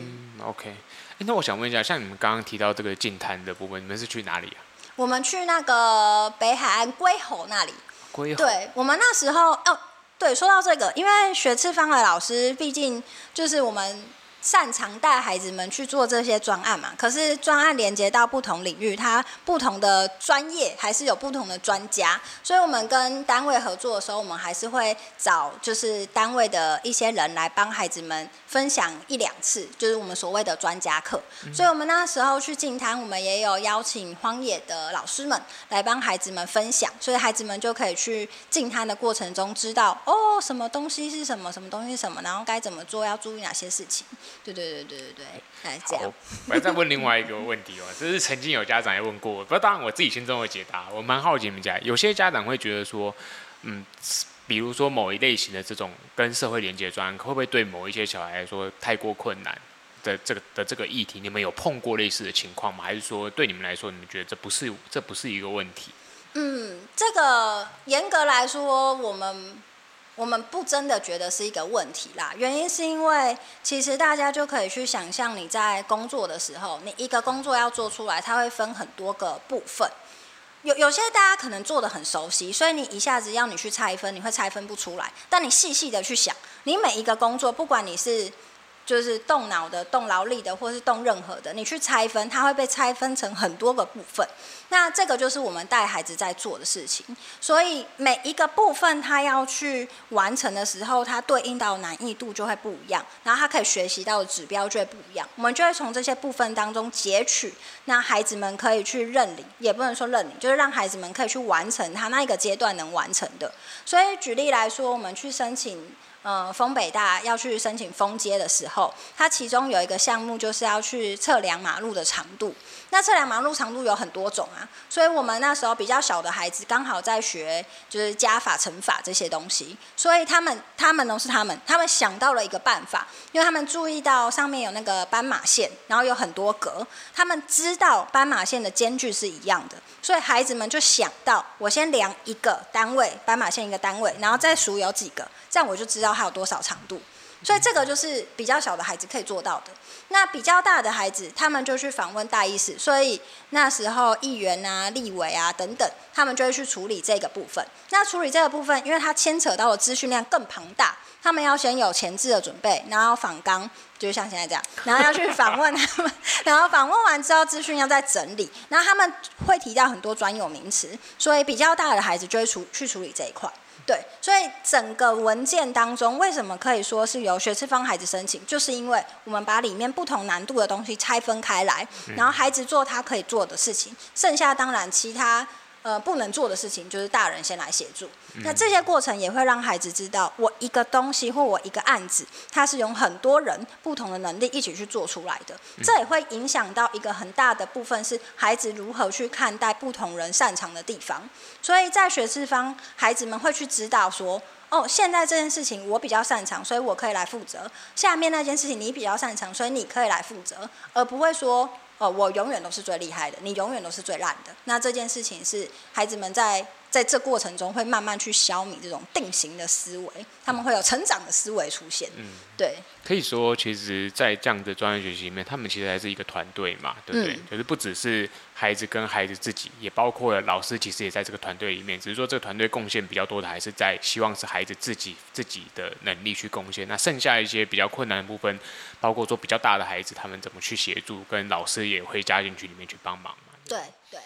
OK。那我想问一下，像你们刚刚提到这个净滩的部分，你们是去哪里啊？ 我们去那个北海岸龟吼那里。 龟吼。 对，我们那时候对，说到这个，因为学次方的老师，毕竟就是我们擅长带孩子们去做这些专案嘛，可是专案连接到不同领域，它不同的专业还是有不同的专家，所以我们跟单位合作的时候，我们还是会找就是单位的一些人来帮孩子们分享1-2次，就是我们所谓的专家课。所以我们那时候去净滩，我们也有邀请荒野的老师们来帮孩子们分享，所以孩子们就可以去净滩的过程中知道什么东西是什么，什么东西是什么，然后该怎么做，要注意哪些事情。对，来这样。 我再问另外一个问题这是曾经有家长也问过我，不过当然我自己心中有解答。我蛮好奇你们家有些家长会觉得说，比如说某一类型的这种跟社会连接专案，会不会对某一些小孩来说太过困难的这个议题，你们有碰过类似的情况吗？还是说对你们来说，你们觉得这不是一个问题？ 这个严格来说，我们不真的觉得是一个问题啦，原因是因为其实大家就可以去想象，你在工作的时候，你一个工作要做出来，它会分很多个部分。有些大家可能做得很熟悉，所以你一下子要你去拆分，你会拆分不出来。但你细细的去想，你每一个工作，不管你是就是动脑的、动劳力的，或是动任何的，你去拆分，它会被拆分成很多个部分。那这个就是我们带孩子在做的事情，所以每一个部分他要去完成的时候，它对应到难易度就会不一样，然后他可以学习到的指标就会不一样。我们就会从这些部分当中截取，那孩子们可以去认领，也不能说认领，就是让孩子们可以去完成他那一个阶段能完成的。所以举例来说，我们去申请丰北大要去申请封街的时候，它其中有一个项目就是要去测量马路的长度。那测量马路长度有很多种啊，所以我们那时候比较小的孩子刚好在学就是加法、乘法这些东西，所以他们想到了一个办法，因为他们注意到上面有那个斑马线，然后有很多格，他们知道斑马线的间距是一样的，所以孩子们就想到我先量一个单位，斑马线一个单位，然后再数有几个，这样我就知道它有多少长度。所以这个就是比较小的孩子可以做到的。那比较大的孩子，他们就去访问大医师，所以那时候议员啊、立委啊等等，他们就会去处理这个部分。那处理这个部分，因为它牵扯到的资讯量更庞大，他们要先有前置的准备，然后访纲，就是像现在这样，然后要去访问他们，然后访问完之后，资讯要再整理，然后他们会提到很多专有名词，所以比较大的孩子就会去处理这一块。对，所以整个文件当中，为什么可以说是由学次方孩子申请，就是因为我们把里面不同难度的东西拆分开来，然后孩子做他可以做的事情，剩下当然其他不能做的事情，就是大人先来协助。那这些过程也会让孩子知道，我一个东西或我一个案子，它是用很多人不同的能力一起去做出来的。这也会影响到一个很大的部分，是孩子如何去看待不同人擅长的地方。所以在学次方，孩子们会去指导说，哦，现在这件事情我比较擅长，所以我可以来负责。下面那件事情你比较擅长，所以你可以来负责，而不会说，我永远都是最厉害的，你永远都是最烂的。那这件事情是孩子们在这过程中会慢慢去消弭这种定型的思维，他们会有成长的思维出现。对。 可以说，其实，在这样的专业学习里面，他们其实还是一个团队嘛，对不对？就是不只是孩子跟孩子自己，也包括了老师，其实也在这个团队里面。只是说，这个团队贡献比较多的，还是在希望是孩子自己的能力去贡献。那剩下一些比较困难的部分，包括说比较大的孩子，他们怎么去协助，跟老师也会加进去里面去帮忙嘛。 对。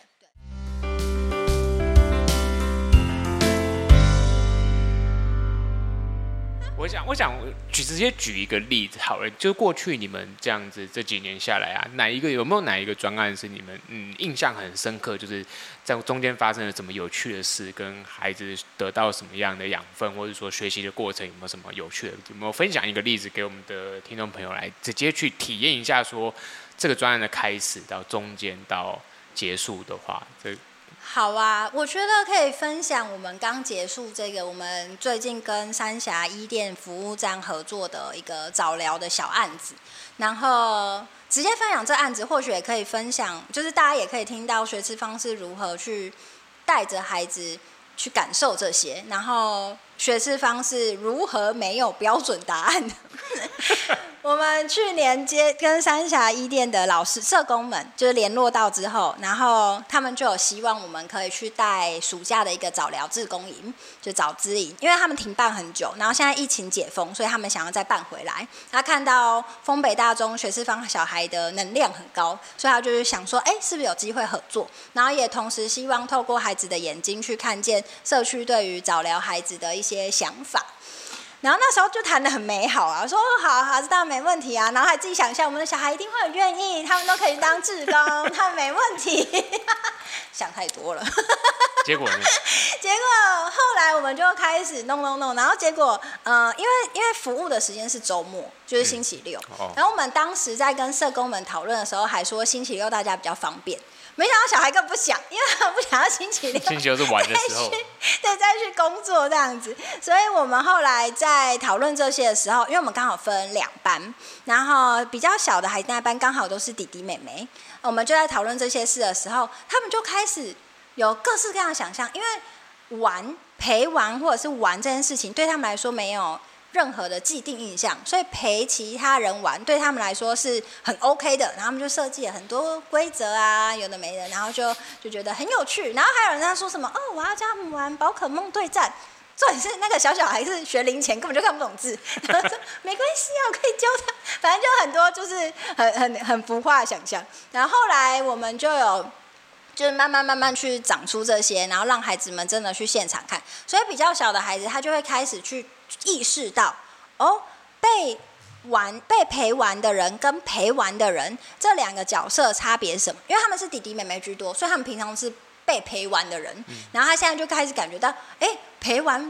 我想直接举一个例子好了，就过去你们这样子这几年下来啊，有没有哪一个专案是你们印象很深刻，就是在中间发生了什么有趣的事，跟孩子得到什么样的养分，或者说学习的过程有没有什么有趣的？有没有分享一个例子给我们的听众朋友来直接去体验一下，说这个专案的开始到中间到结束的话， 好啊，我觉得可以分享我们刚结束这个，我们最近跟三峡伊甸服务站合作的一个早疗的小案子，然后直接分享这案子，或许也可以分享，就是大家也可以听到学次方是如何去带着孩子去感受这些，然后学次方是如何没有标准答案的。我们去年跟三峡伊甸的老师社工们就是联络到之后，然后他们就有希望我们可以去带暑假的一个早疗志工营，就早资营，因为他们停办很久，然后现在疫情解封，所以他们想要再办回来。他看到丰北大中学士方小孩的能量很高，所以他就是想说，是不是有机会合作？然后也同时希望透过孩子的眼睛去看见社区对于早疗孩子的一些想法。然后那时候就谈得很美好啊，我说好，这当然没问题啊，然后还自己想象我们的小孩一定会很愿意，他们都可以当志工，他们没问题。想太多了。 结果呢？ 结果后来我们就开始弄，然后结果因为服务的时间是周末，就是星期六，然后我们当时在跟社工们讨论的时候，还说星期六大家比较方便。没想到小孩更不想，因为他们不想要星期六是玩的时候， 对，再去工作这样子。所以我们后来在讨论这些的时候，因为我们刚好分2班，然后比较小的孩子那班刚好都是弟弟妹妹，我们就在讨论这些事的时候，他们就开始有各式各样的想象，因为陪玩或者是玩这件事情对他们来说没有任何的既定印象，所以陪其他人玩对他们来说是很 OK 的，然后他们就设计了很多规则啊，有的没的，然后就觉得很有趣。然后还有人在说什么我要教他们玩宝可梦对战，重点是那个小孩是学龄前，根本就看不懂字，然后说没关系啊，我可以教他，反正就很多就是很浮夸的想象。然后后来我们就是慢慢去长出这些，然后让孩子们真的去现场看，所以比较小的孩子他就会开始去意识到被陪玩的人跟陪玩的人这2个角色差别是什么？因为他们是弟弟妹妹居多，所以他们平常是被陪玩的人，然后他现在就开始感觉到陪玩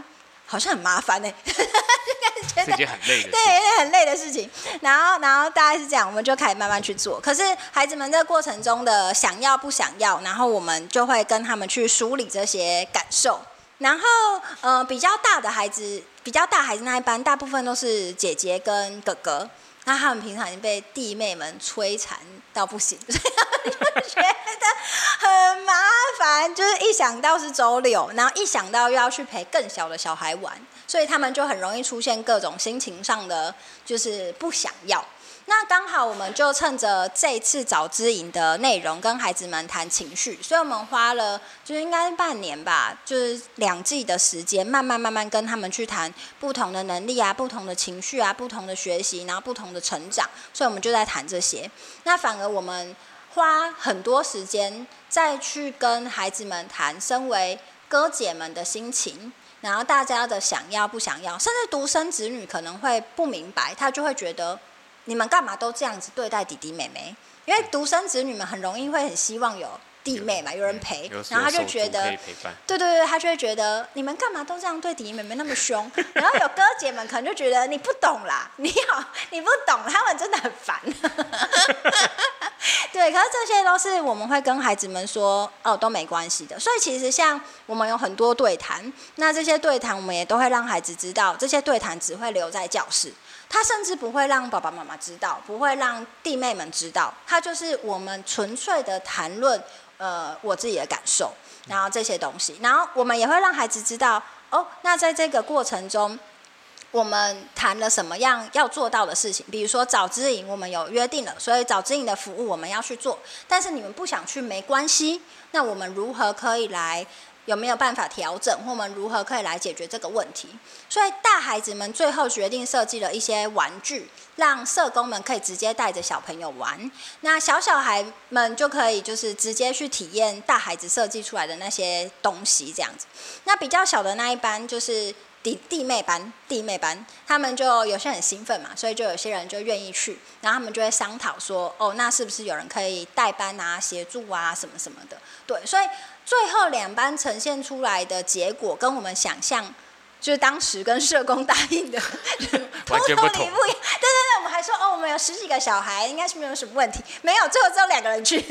好像很麻烦呢、 是件很累的事情。 对，很累的事情。然后大概是这样，我们就开始慢慢去做。可是孩子们这个过程中的想要不想要，然后我们就会跟他们去梳理这些感受。然后比较大孩子那一班，大部分都是姐姐跟哥哥。那他们平常已经被弟妹们摧残到不行，所以他们就觉得很麻烦。就是一想到是周六，然后一想到又要去陪更小的小孩玩，所以他们就很容易出现各种心情上的就是不想要。那刚好我们就趁着这一次早知营的内容跟孩子们谈情绪，所以我们花了就是应该半年吧，就是2季的时间，慢慢跟他们去谈不同的能力啊、不同的情绪啊、不同的学习，然后不同的成长，所以我们就在谈这些。那反而我们花很多时间再去跟孩子们谈身为哥姐们的心情，然后大家的想要不想要，甚至独生子女可能会不明白，他就会觉得你们干嘛都这样子对待弟弟妹妹？因为独生子女们很容易会很希望有弟妹嘛，有人陪，然后他就觉得，对，他就会觉得你们干嘛都这样对弟弟妹妹那么凶？然后有哥姐们可能就觉得你不懂啦，你不懂，他们真的很烦。对，可是这些都是我们会跟孩子们说，都没关系的。所以其实像我们有很多对谈，那这些对谈我们也都会让孩子知道，这些对谈只会留在教室。他甚至不会让爸爸妈妈知道，不会让弟妹们知道，他就是我们纯粹的谈论我自己的感受，然后这些东西，然后我们也会让孩子知道，那在这个过程中我们谈了什么样要做到的事情。比如说早知营我们有约定了，所以早知营的服务我们要去做，但是你们不想去没关系，那我们如何可以来，有没有办法调整，或我们如何可以来解决这个问题。所以大孩子们最后决定设计了一些玩具，让社工们可以直接带着小朋友玩，那小孩们就可以就是直接去体验大孩子设计出来的那些东西这样子。那比较小的那一班就是弟妹班，他们就有些很兴奋嘛，所以就有些人就愿意去，然后他们就会商讨说，那是不是有人可以代班啊、协助啊什么什么的。对，所以最后2班呈现出来的结果跟我们想象，就是当时跟社工答应的完全不同。 对，我们还说我们有10几个小孩，应该是没有什么问题，没有，最后只有2个人去。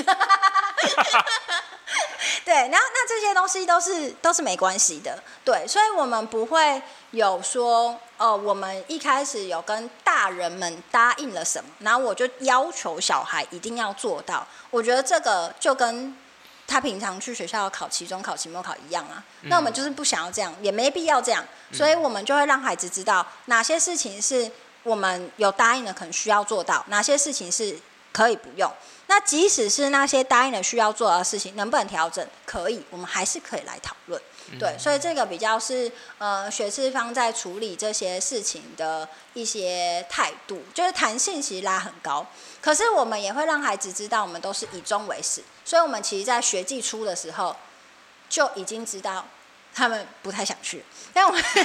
对，然后那这些东西都是没关系的，对，所以我们不会有说我们一开始有跟大人们答应了什么，然后我就要求小孩一定要做到。我觉得这个就跟他平常去学校考期中考、期末考一样啊。那我们就是不想要这样，也没必要这样，所以我们就会让孩子知道哪些事情是我们有答应的，可能需要做到；哪些事情是可以不用。那即使是那些答应了需要做的事情，能不能调整？可以，我们还是可以来讨论。对，所以这个比较是学士方在处理这些事情的一些态度，就是弹性其实拉很高。可是我们也会让孩子知道，我们都是以终为始，所以我们其实在学季初的时候就已经知道他们不太想去，但我们就是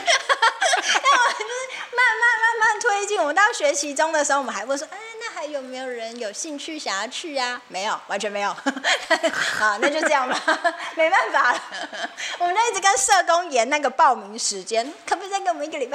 慢慢推进。我们到学期中的时候，我们还会说，那还有没有人有兴趣想要去啊？没有，完全没有。好，那就这样吧，没办法了。我们就一直跟社工延那个报名时间，可不可以再给我们1个礼拜？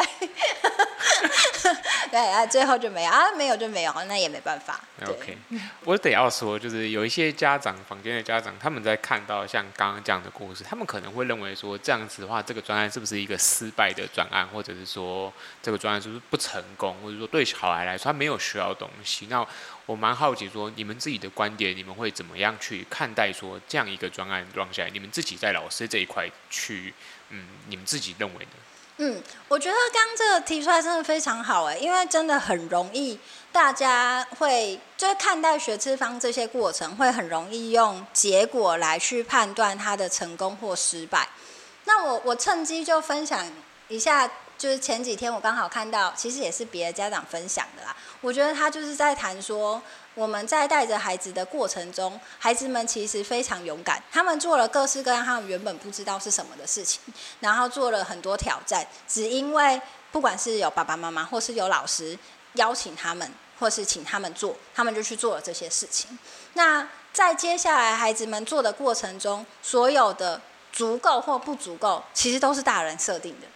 对，最后就没有没有就没有，那也没办法。 OK， 我得要说，就是有一些家长，坊间的家长，他们在看到像刚刚这样的故事，他们可能会认为说，这样子的话，这个专案是不是一个失败的专案，或者是说这个专案是不是不成功，或者说对小孩来说他没有学到东西。那我蛮好奇说，你们自己的观点，你们会怎么样去看待说这样一个专案让下来？你们自己在老师这一块去，你们自己认为呢？ 我觉得刚刚这个提出来真的非常好因为真的很容易，大家会就是看待学测方这些过程，会很容易用结果来去判断它的成功或失败。那我趁机就分享一下，就是前几天我刚好看到，其实也是别的家长分享的啦。我觉得他就是在谈说，我们在带着孩子的过程中，孩子们其实非常勇敢，他们做了各式各样他们原本不知道是什么的事情，然后做了很多挑战，只因为不管是有爸爸妈妈或是有老师邀请他们，或是请他们做，他们就去做了这些事情。那在接下来孩子们做的过程中，所有的足够或不足够，其实都是大人设定的。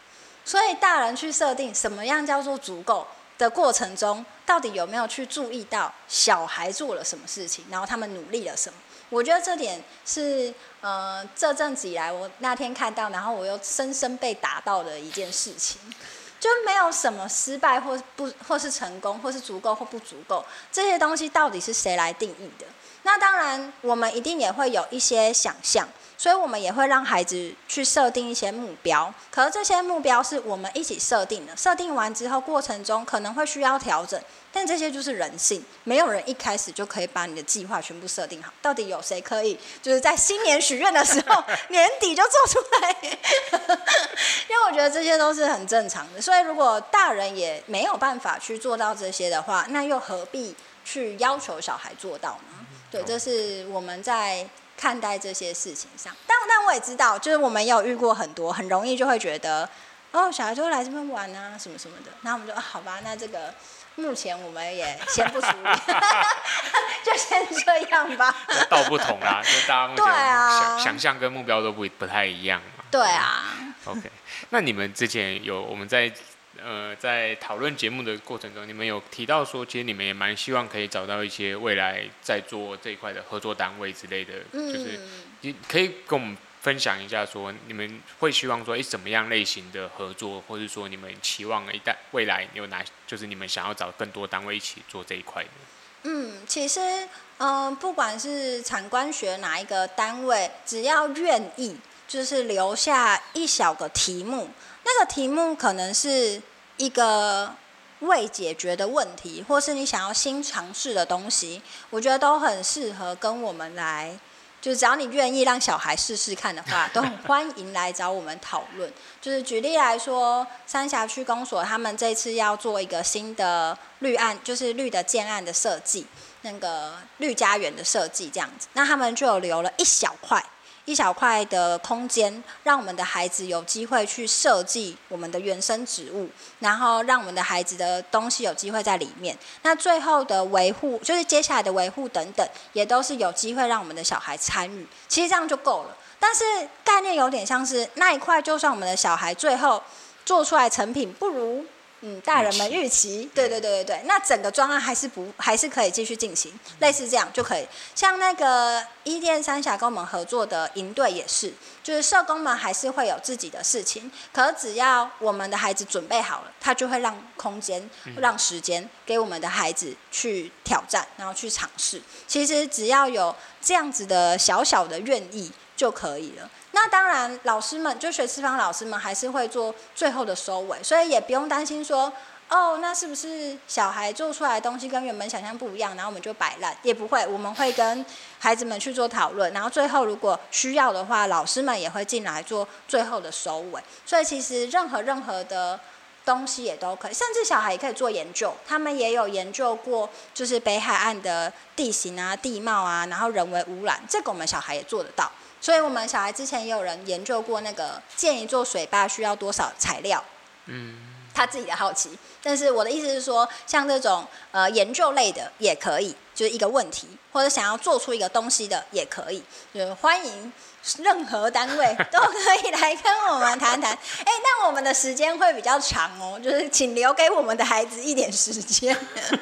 所以大人去设定什么样叫做足够的过程中，到底有没有去注意到小孩做了什么事情，然后他们努力了什么？我觉得这点是这阵子以来我那天看到，然后我又深深被打到的一件事情。就没有什么失败或是成功，或是足够或不足够，这些东西到底是谁来定义的？那当然，我们一定也会有一些想象，所以我们也会让孩子去设定一些目标。可是这些目标是我们一起设定的，设定完之后过程中可能会需要调整，但这些就是人性，没有人一开始就可以把你的计划全部设定好。到底有谁可以就是在新年许愿的时候年底就做出来？因为我觉得这些都是很正常的，所以如果大人也没有办法去做到这些的话，那又何必去要求小孩做到呢？对，这是我们在看待这些事情上。但我也知道，就是我们也有遇过很多，很容易就会觉得，哦，小孩就会来这边玩啊，什么什么的。那我们就好吧，那这个目前我们也先不处理，就先这样吧。 道不同啦，就大家目前想象跟目标都不太一样嘛。 对啊。 OK， 那你们之前我们在讨论节目的过程中，你们有提到说，其实你们也蛮希望可以找到一些未来在做这一块的合作单位之类的，就是你可以跟我们分享一下，说你们会希望说，怎么样类型的合作，或者说你们期望未来有就是你们想要找更多单位一起做这一块的？ 其实不管是产官学哪一个单位，只要愿意，就是留下一小个题目，那个题目可能是一个未解决的问题，或是你想要新尝试的东西，我觉得都很适合跟我们来，就是只要你愿意让小孩试试看的话，都很欢迎来找我们讨论。就是举例来说，三峡区公所他们这次要做一个新的绿案，就是绿的建案的设计，那个绿家园的设计这样子，那他们就有留了一小块的空间，让我们的孩子有机会去设计我们的原生植物，然后让我们的孩子的东西有机会在里面。那最后的维护，就是接下来的维护等等，也都是有机会让我们的小孩参与。其实这样就够了。但是概念有点像是那一块，就算我们的小孩最后做出来成品不如大人们预期，对，那整个专案还是可以继续进行，类似这样就可以。像那个伊甸三峡跟我们合作的营队也是，就是社工们还是会有自己的事情，可是只要我们的孩子准备好了，他就会让空间、让时间给我们的孩子去挑战，然后去尝试。其实只要有这样子的小小的愿意就可以了。那当然，老师们就学次方老师们还是会做最后的收尾，所以也不用担心说，那是不是小孩做出来的东西跟原本想象不一样，然后我们就摆烂？也不会，我们会跟孩子们去做讨论，然后最后如果需要的话，老师们也会进来做最后的收尾。所以其实任何的东西也都可以，甚至小孩也可以做研究，他们也有研究过，就是北海岸的地形啊、地貌啊，然后人为污染，这个我们小孩也做得到。所以我们小孩之前也有人研究过那个建一座水坝需要多少材料，他自己的好奇。但是我的意思是说，像这种研究类的也可以，就是一个问题，或者想要做出一个东西的也可以，就是欢迎任何单位都可以来跟我们谈谈。但我们的时间会比较长哦，就是请留给我们的孩子一点时间。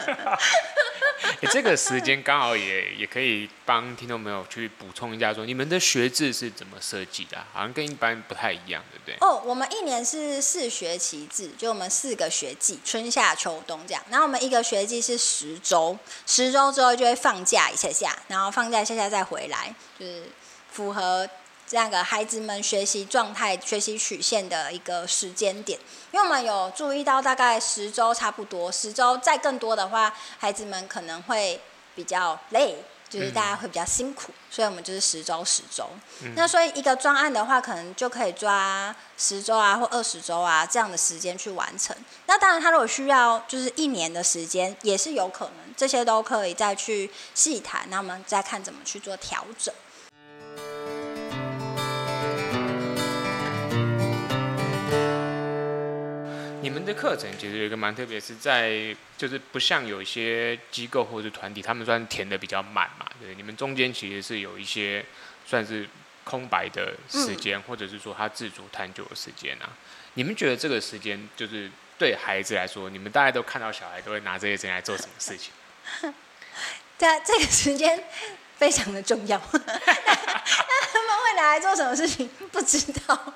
这个时间刚好也可以帮听众朋友去补充一下，说你们的学制是怎么设计的？好像跟一般不太一样，对不对？ 我们一年是4学期制，就我们4个学季，春夏秋冬这样。然后我们一个学季是10周，10周之后就会放假一下，然后放假一下再回来，就是符合这样个孩子们学习状态、学习曲线的一个时间点。因为我们有注意到，大概10周差不多，10周再更多的话，孩子们可能会比较累，就是大家会比较辛苦，所以我们就是10周。那所以一个专案的话，可能就可以抓10周啊，或20周啊这样的时间去完成。那当然，他如果需要就是1年的时间，也是有可能，这些都可以再去细谈，那我们再看怎么去做调整。 你们的课程其实有一个蛮特别，是在就是不像有一些机构或是团体，他们算填的比较满嘛，对，你们中间其实是有一些算是空白的时间，或者是说他自主探究的时间啊，你们觉得这个时间就是对孩子来说，你们大概都看到小孩都会拿这些时间来做什么事情？ 这个时间非常的重要，那他们会拿来做什么事情不知道。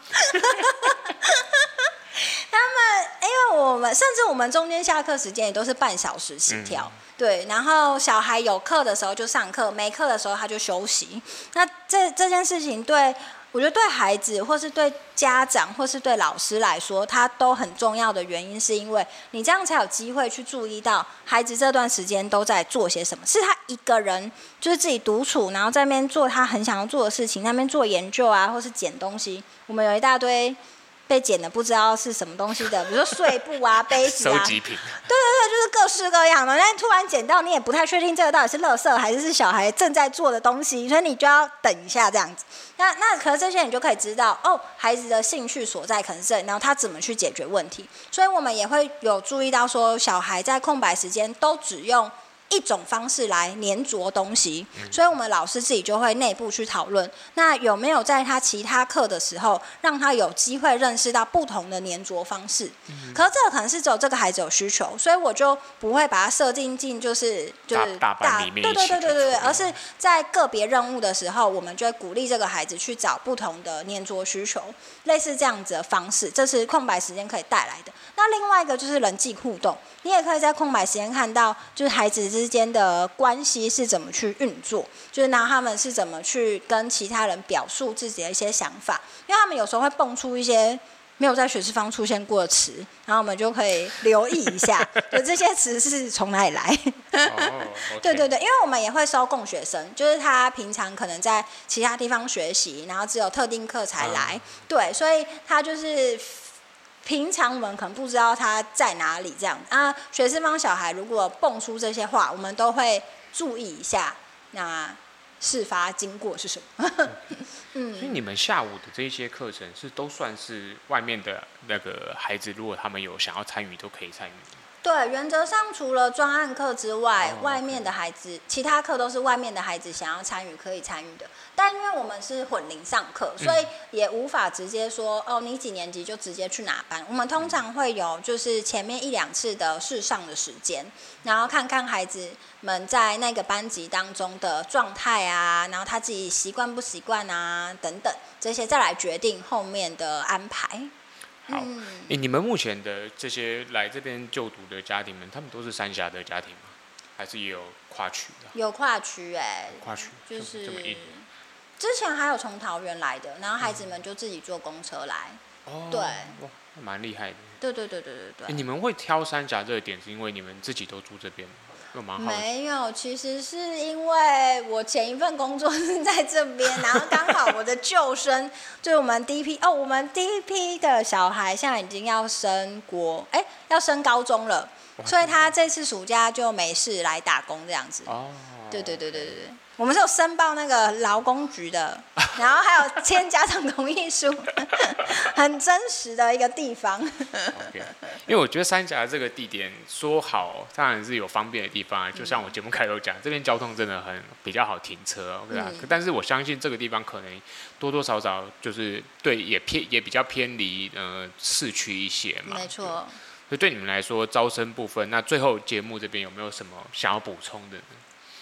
他们因为我们甚至我们中间下课时间也都是半小时起跳，对，然后小孩有课的时候就上课，没课的时候他就休息。那这件事情我觉得对孩子或是对家长或是对老师来说，它都很重要的原因，是因为你这样才有机会去注意到孩子这段时间都在做些什么。是他一个人就是自己独处，然后在那边做他很想要做的事情，那边做研究啊，或是捡东西。我们有一大堆被捡的不知道是什么东西的，比如说碎布啊、杯子啊， 收集品。 对，就是各式各样的。但突然捡到，你也不太确定这个到底是垃圾还是小孩正在做的东西，所以你就要等一下这样子。那可是这些你就可以知道哦，孩子的兴趣所在可能是，然后他怎么去解决问题。所以我们也会有注意到说，小孩在空白时间都只用一种方式来黏着东西，所以我们老师自己就会内部去讨论，那有没有在他其他课的时候，让他有机会认识到不同的黏着方式。可是这个可能是只有这个孩子有需求，所以我就不会把它设定进就是大班里面一起对，而是在个别任务的时候，我们就会鼓励这个孩子去找不同的黏着需求，类似这样子的方式，这是空白时间可以带来的。那另外一个就是人际互动，你也可以在空白时间看到，就是孩子之间的关系是怎么去运作，就是拿他们是怎么去跟其他人表述自己的一些想法，因为他们有时候会蹦出一些没有在学士方出现过的词，然后我们就可以留意一下，就这些词是从哪里来。对，因为我们也会收共学生，就是他平常可能在其他地方学习，然后只有特定课才来，对，所以他就是平常我们可能不知道他在哪里这样啊。学士方小孩如果蹦出这些话，我们都会注意一下，那事发经过是什么。 所以你们下午的这些课程是都算是外面的那个孩子，如果他们有想要参与，都可以参与。 对，原则上除了专案课之外，外面的孩子，其他课都是外面的孩子想要参与可以参与的。但因为我们是混龄上课，所以也无法直接说哦，你几年级就直接去哪班。我们通常会有就是前面1-2次的试上的时间，然后看看孩子们在那个班级当中的状态啊，然后他自己习惯不习惯啊等等这些，再来决定后面的安排。 好，你们目前的这些来这边就读的家庭们，他们都是三峡的家庭吗？还是也有跨区的？ 有跨区跨区就是这么硬。 之前还有从桃园来的，然后孩子们就自己坐公车来。对， 哇，蛮厉害的。 对。 你们会挑三峡这个点，是因为你们自己都住这边吗？ 没有，其实是因为我前一份工作是在这边，然后刚好我的旧生就是我们第一批的小孩现在已经要升高中了，所以他这次暑假就没事来打工这样子。对，我们是有申报那个劳工局的，然后还有签家长同意书，很真实的一个地方。 Okay. 因为我觉得三峡这个地点说好，当然是有方便的地方，就像我节目开头讲，这边交通真的比较好停车，对吧？但是我相信这个地方可能多多少少就是也比较偏离市区一些嘛。 没错。 所以对你们来说，招生部分，那最后节目这边有没有什么想要补充的呢？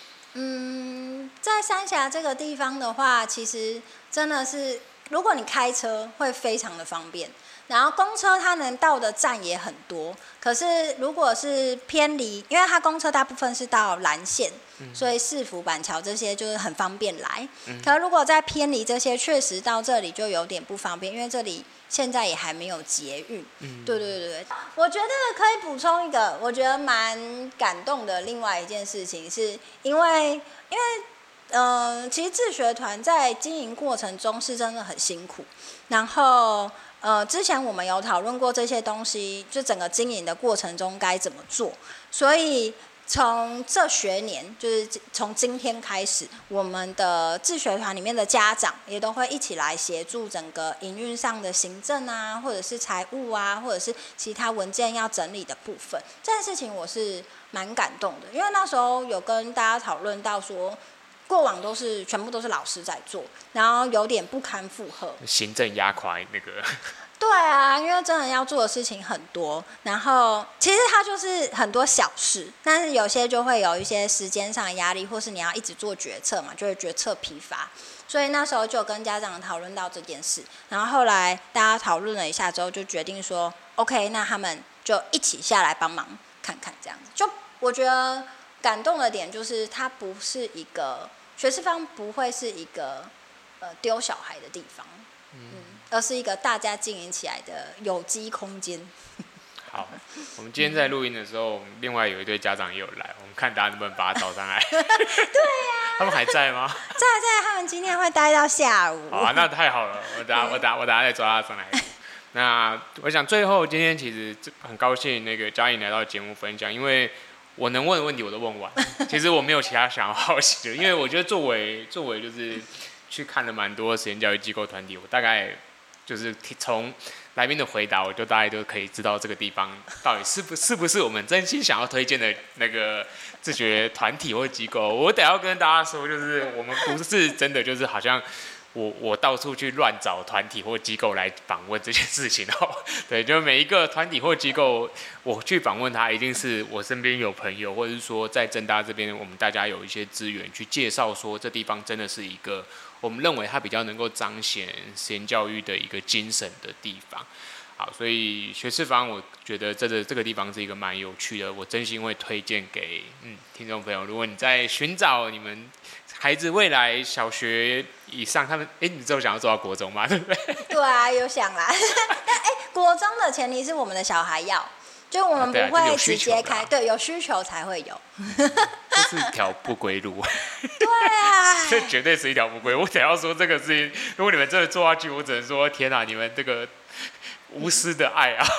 在三峡这个地方的话，其实真的是，如果你开车会非常的方便，然后公车它能到的站也很多。可是如果是偏离，因为它公车大部分是到蓝线，所以市府板桥这些就是很方便来。可是如果在偏离这些，确实到这里就有点不方便，因为这里现在也还没有捷运。对，我觉得可以补充一个，我觉得蛮感动的。另外一件事情是因为其实自学团在经营过程中是真的很辛苦，然后之前我们有讨论过这些东西，就整个经营的过程中该怎么做，所以从这学年，就是从今天开始，我们的自学团里面的家长也都会一起来协助整个营运上的行政啊，或者是财务啊，或者是其他文件要整理的部分。这件事情我是蛮感动的，因为那时候有跟大家讨论到说， 过往全部都是老师在做，然后有点不堪负荷， 行政压垮那个。 对啊，因为真的要做的事情很多，然后其实它就是很多小事，但是有些就会有一些时间上的压力，或是你要一直做决策嘛，就会决策疲乏。所以那时候就跟家长讨论到这件事，然后后来大家讨论了一下之后，就决定说 ，OK， 那他们就一起下来帮忙看看这样子。就我觉得感动的点就是，它不是一个学士方不会是一个丢小孩的地方。而是一个大家经营起来的有机空间。 好，我们今天在录音的时候，另外有一对家长也有来，我们看大家能不能把他找上来。 对呀、 他们还在吗？ 在，他们今天会待到下午。 好啊，那太好了，我等下再抓他上来。那我想最后今天其实很高兴那个嘉颖来到节目分享，因为我能问的问题我都问完，其实我没有其他想要好奇的，因为我觉得作为就是去看了蛮多实验教育机构团体，我大概就是从来宾的回答，我就大概都可以知道这个地方到底是不是我们真心想要推荐的那个自学团体或机构。我得要跟大家说，就是我们不是真的就是好像我到处去乱找团体或机构来访问这件事情哦。对，就每一个团体或机构，我去访问他，一定是我身边有朋友，或者是说在政大这边，我们大家有一些资源去介绍说这地方真的是一个我们认为它比较能够彰显实验教育的一个精神的地方。好，所以学士方我觉得这个地方是一个蛮有趣的，我真心会推荐给听众朋友。如果你在寻找你们孩子未来小学以上，他们你之后想要做到国中吗？对不对？ 对啊，有想啦。但国中的前提是我们的小孩要，就我们不会直接开，对，有需求才会有。 这是一条不归路。 对啊， 这绝对是一条不归。我得要说这个事情，如果你们真的做下去，我只能说天哪，你们这个无私的爱啊！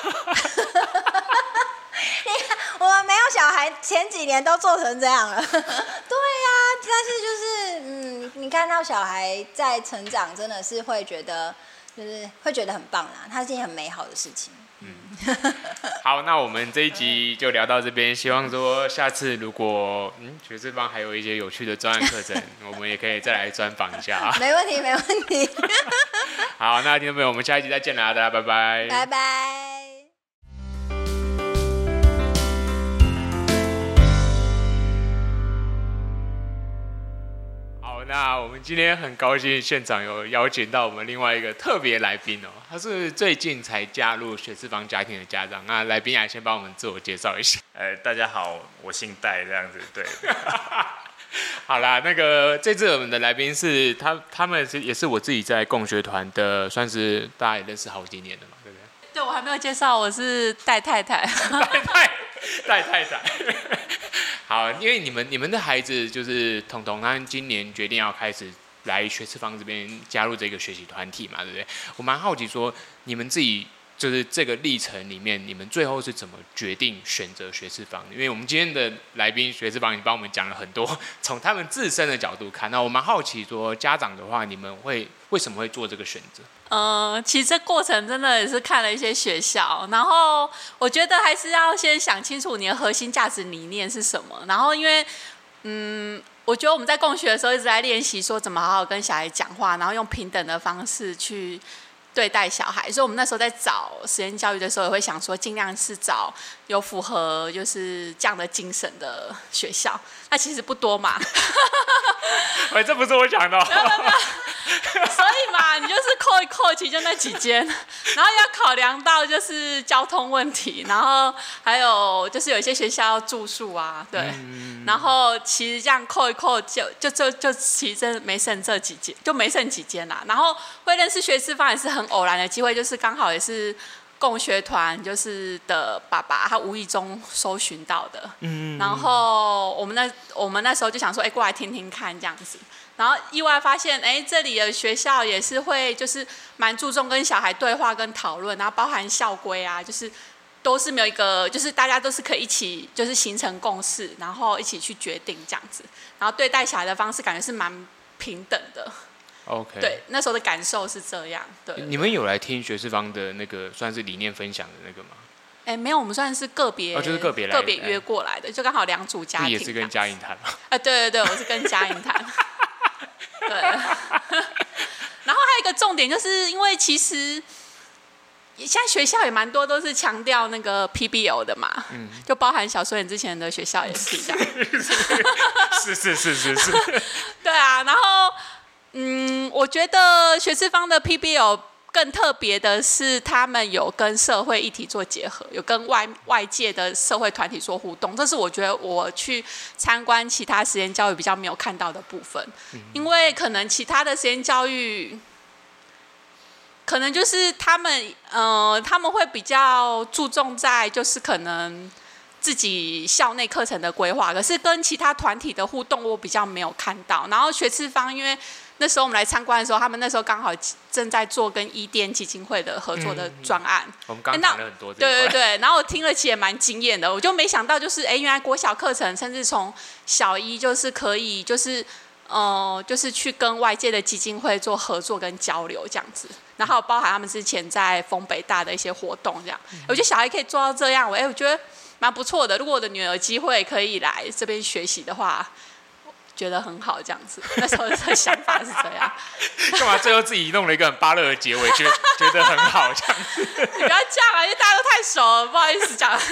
我们没有小孩，前几年都做成这样了。对啊，但是就是你看到小孩在成长，真的是会觉得很棒啦，它是一件很美好的事情。 好，那我们这一集就聊到这边。希望说下次如果学士方还有一些有趣的专案课程，我们也可以再来专访一下啊。 没问题，没问题。 好，那听众朋友，我们下一集再见啦，大家拜拜。 拜拜。 那我们今天很高兴现场有邀请到我们另外一个特别来宾哦，他是最近才加入学士方家庭的家长。那来宾来先帮我们自我介绍一下。 大家好，我姓戴，这样子对。 好啦，那个这次我们的来宾是他们也是我自己在共学团的，算是大家也认识好几年了嘛，对不对？ 对，我还没有介绍，我是戴太太。 戴太太。好，因为你们的孩子就是彤彤，他今年决定要开始来学士方这边加入这个学习团体嘛，对不对？我蛮好奇说，你们自己就是这个历程里面，你们最后是怎么决定选择学士方的？因为我们今天的来宾学士方，你帮我们讲了很多，从他们自身的角度看，那我蛮好奇说，家长的话，你们为什么会做这个选择？ 其实这过程真的也是看了一些学校，然后我觉得还是要先想清楚你的核心价值理念是什么。然后因为我觉得我们在共学的时候一直在练习说怎么好好跟小孩讲话，然后用平等的方式去对待小孩，所以我们那时候在找实验教育的时候，也会想说尽量是找有符合就是这样的精神的学校。那其实不多嘛。 这不是我想的。 所以嘛，你就是扣一扣，其实就那几间，然后要考量到就是交通问题，然后还有就是有一些学校要住宿啊，对，然后其实这样扣一扣就其实真没剩这几间，就没剩几间啦。然后会认识学士方也是很偶然的机会，就是刚好也是共学团就是的爸爸他无意中搜寻到的，然后我们那时候就想说，过来听听看这样子。然后意外发现，这里的学校也是会就是蛮注重跟小孩对话跟讨论，然后包含校规啊，就是都是没有一个，就是大家都是可以一起就是形成共识，然后一起去决定这样子，然后对待小孩的方式感觉是蛮平等的。 OK， 对，那时候的感受是这样。对， 你们有来听学士方的那个算是理念分享的那个吗？ 没有，我们算是个别， 就是个别约过来的，就刚好2组家庭。 你也是跟嘉颖谈吗？ 对，我是跟嘉颖谈。 对。然后还有一个重点，就是因为其实现在学校也蛮多都是强调那个 PBL 的嘛，就包含小孙之前的学校也是这样。 是。 对啊，然后我觉得学士方的 PBL 更特别的是，他们有跟社会议题做结合，有跟外界的社会团体做互动，这是我觉得我去参观其他实验教育比较没有看到的部分。因为可能其他的实验教育，可能就是他们会比较注重在就是可能自己校内课程的规划，可是跟其他团体的互动我比较没有看到。然后学士方因为那时候我们来参观的时候，他们那时候刚好正在做跟伊甸基金会的合作的专案。 我们刚谈了很多这一块。 对，然后我听了其实也蛮惊艳的，我就没想到就是原来国小课程甚至从小一就是可以就是去跟外界的基金会做合作跟交流这样子，然后包含他们之前在丰北大的一些活动这样。我觉得小孩可以做到这样，我觉得蛮不错的。如果我的女儿有机会可以来这边学习的话，觉得很好，这样子。那时候的想法是这样。 干嘛最后自己弄了一个很芭乐的结尾，觉得很好这样子？ 你不要这样啊，因为大家都太熟了，不好意思讲，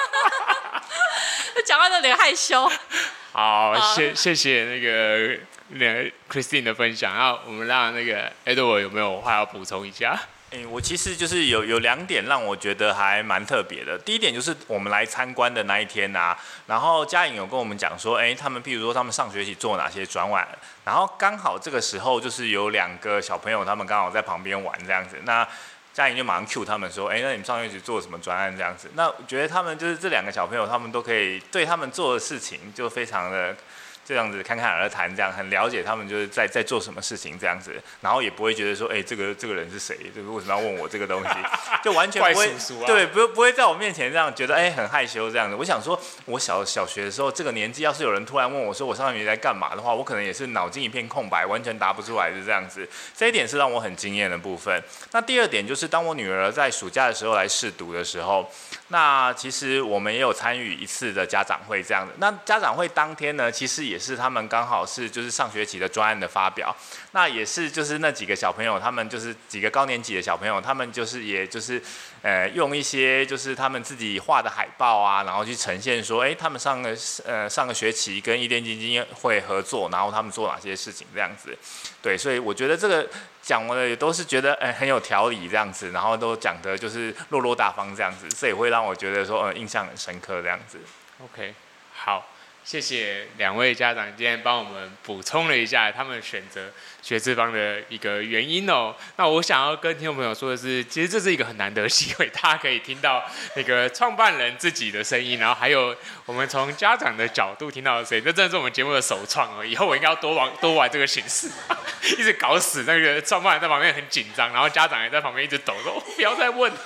讲话都有点害羞。 好，谢谢那个Christine 的分享。然后我们让那个 Edward 有没有话要补充一下？ 我其实就是有2点让我觉得还蛮特别的。第一点就是我们来参观的那一天啊，然后嘉颖有跟我们讲说，他们譬如说他们上学期做哪些专案，然后刚好这个时候就是有2个小朋友他们刚好在旁边玩这样子，那嘉颖就马上 cue 他们说，那你们上学期做什么专案这样子？那我觉得他们就是这2个小朋友，他们都可以对他们做的事情就非常的这样子侃侃而谈，这样很了解他们就是在做什么事情这样子，然后也不会觉得说，这个人是谁？就是为什么要问我这个东西？就完全不会，对，不会在我面前这样觉得很害羞这样子。我想说，我小学的时候这个年纪，要是有人突然问我说我上学期在干嘛的话，我可能也是脑筋一片空白，完全答不出来是这样子。这一点是让我很惊艳的部分。那第2点就是，当我女儿在暑假的时候来试读的时候，那其实我们也有参与一次的家长会这样的。那家长会当天呢，其实也是他们刚好是就是上学期的专案的发表，那也是就是那几个小朋友，他们就是几个高年级的小朋友，他们就是也就是用一些就是他们自己画的海报啊，然后去呈现说，他们上个学期跟伊甸基金会合作，然后他们做哪些事情这样子。对，所以我觉得这个讲完了也都是觉得很有条理这样子，然后都讲的就是落落大方这样子，这也会让我觉得说印象很深刻这样子。 OK， 好。谢谢2位家长今天帮我们补充了一下他们选择学士方的一个原因哦。那我想要跟听众朋友说的是，其实这是一个很难得的机会，大家可以听到那个创办人自己的声音，然后还有我们从家长的角度听到的声音，这真的是我们节目的首创哦。以后我应该要多玩这个形式，一直搞死那个创办人在旁边很紧张，然后家长也在旁边一直抖说不要再问了。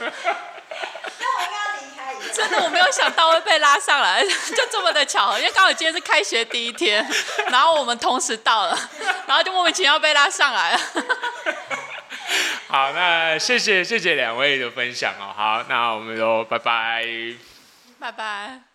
真的我没有想到会被拉上来，就这么的巧合，因为刚好今天是开学第一天，然后我们同时到了，然后就莫名其妙被拉上来了。 好，那谢谢2位的分享哦。好，那我们就拜拜。 拜拜。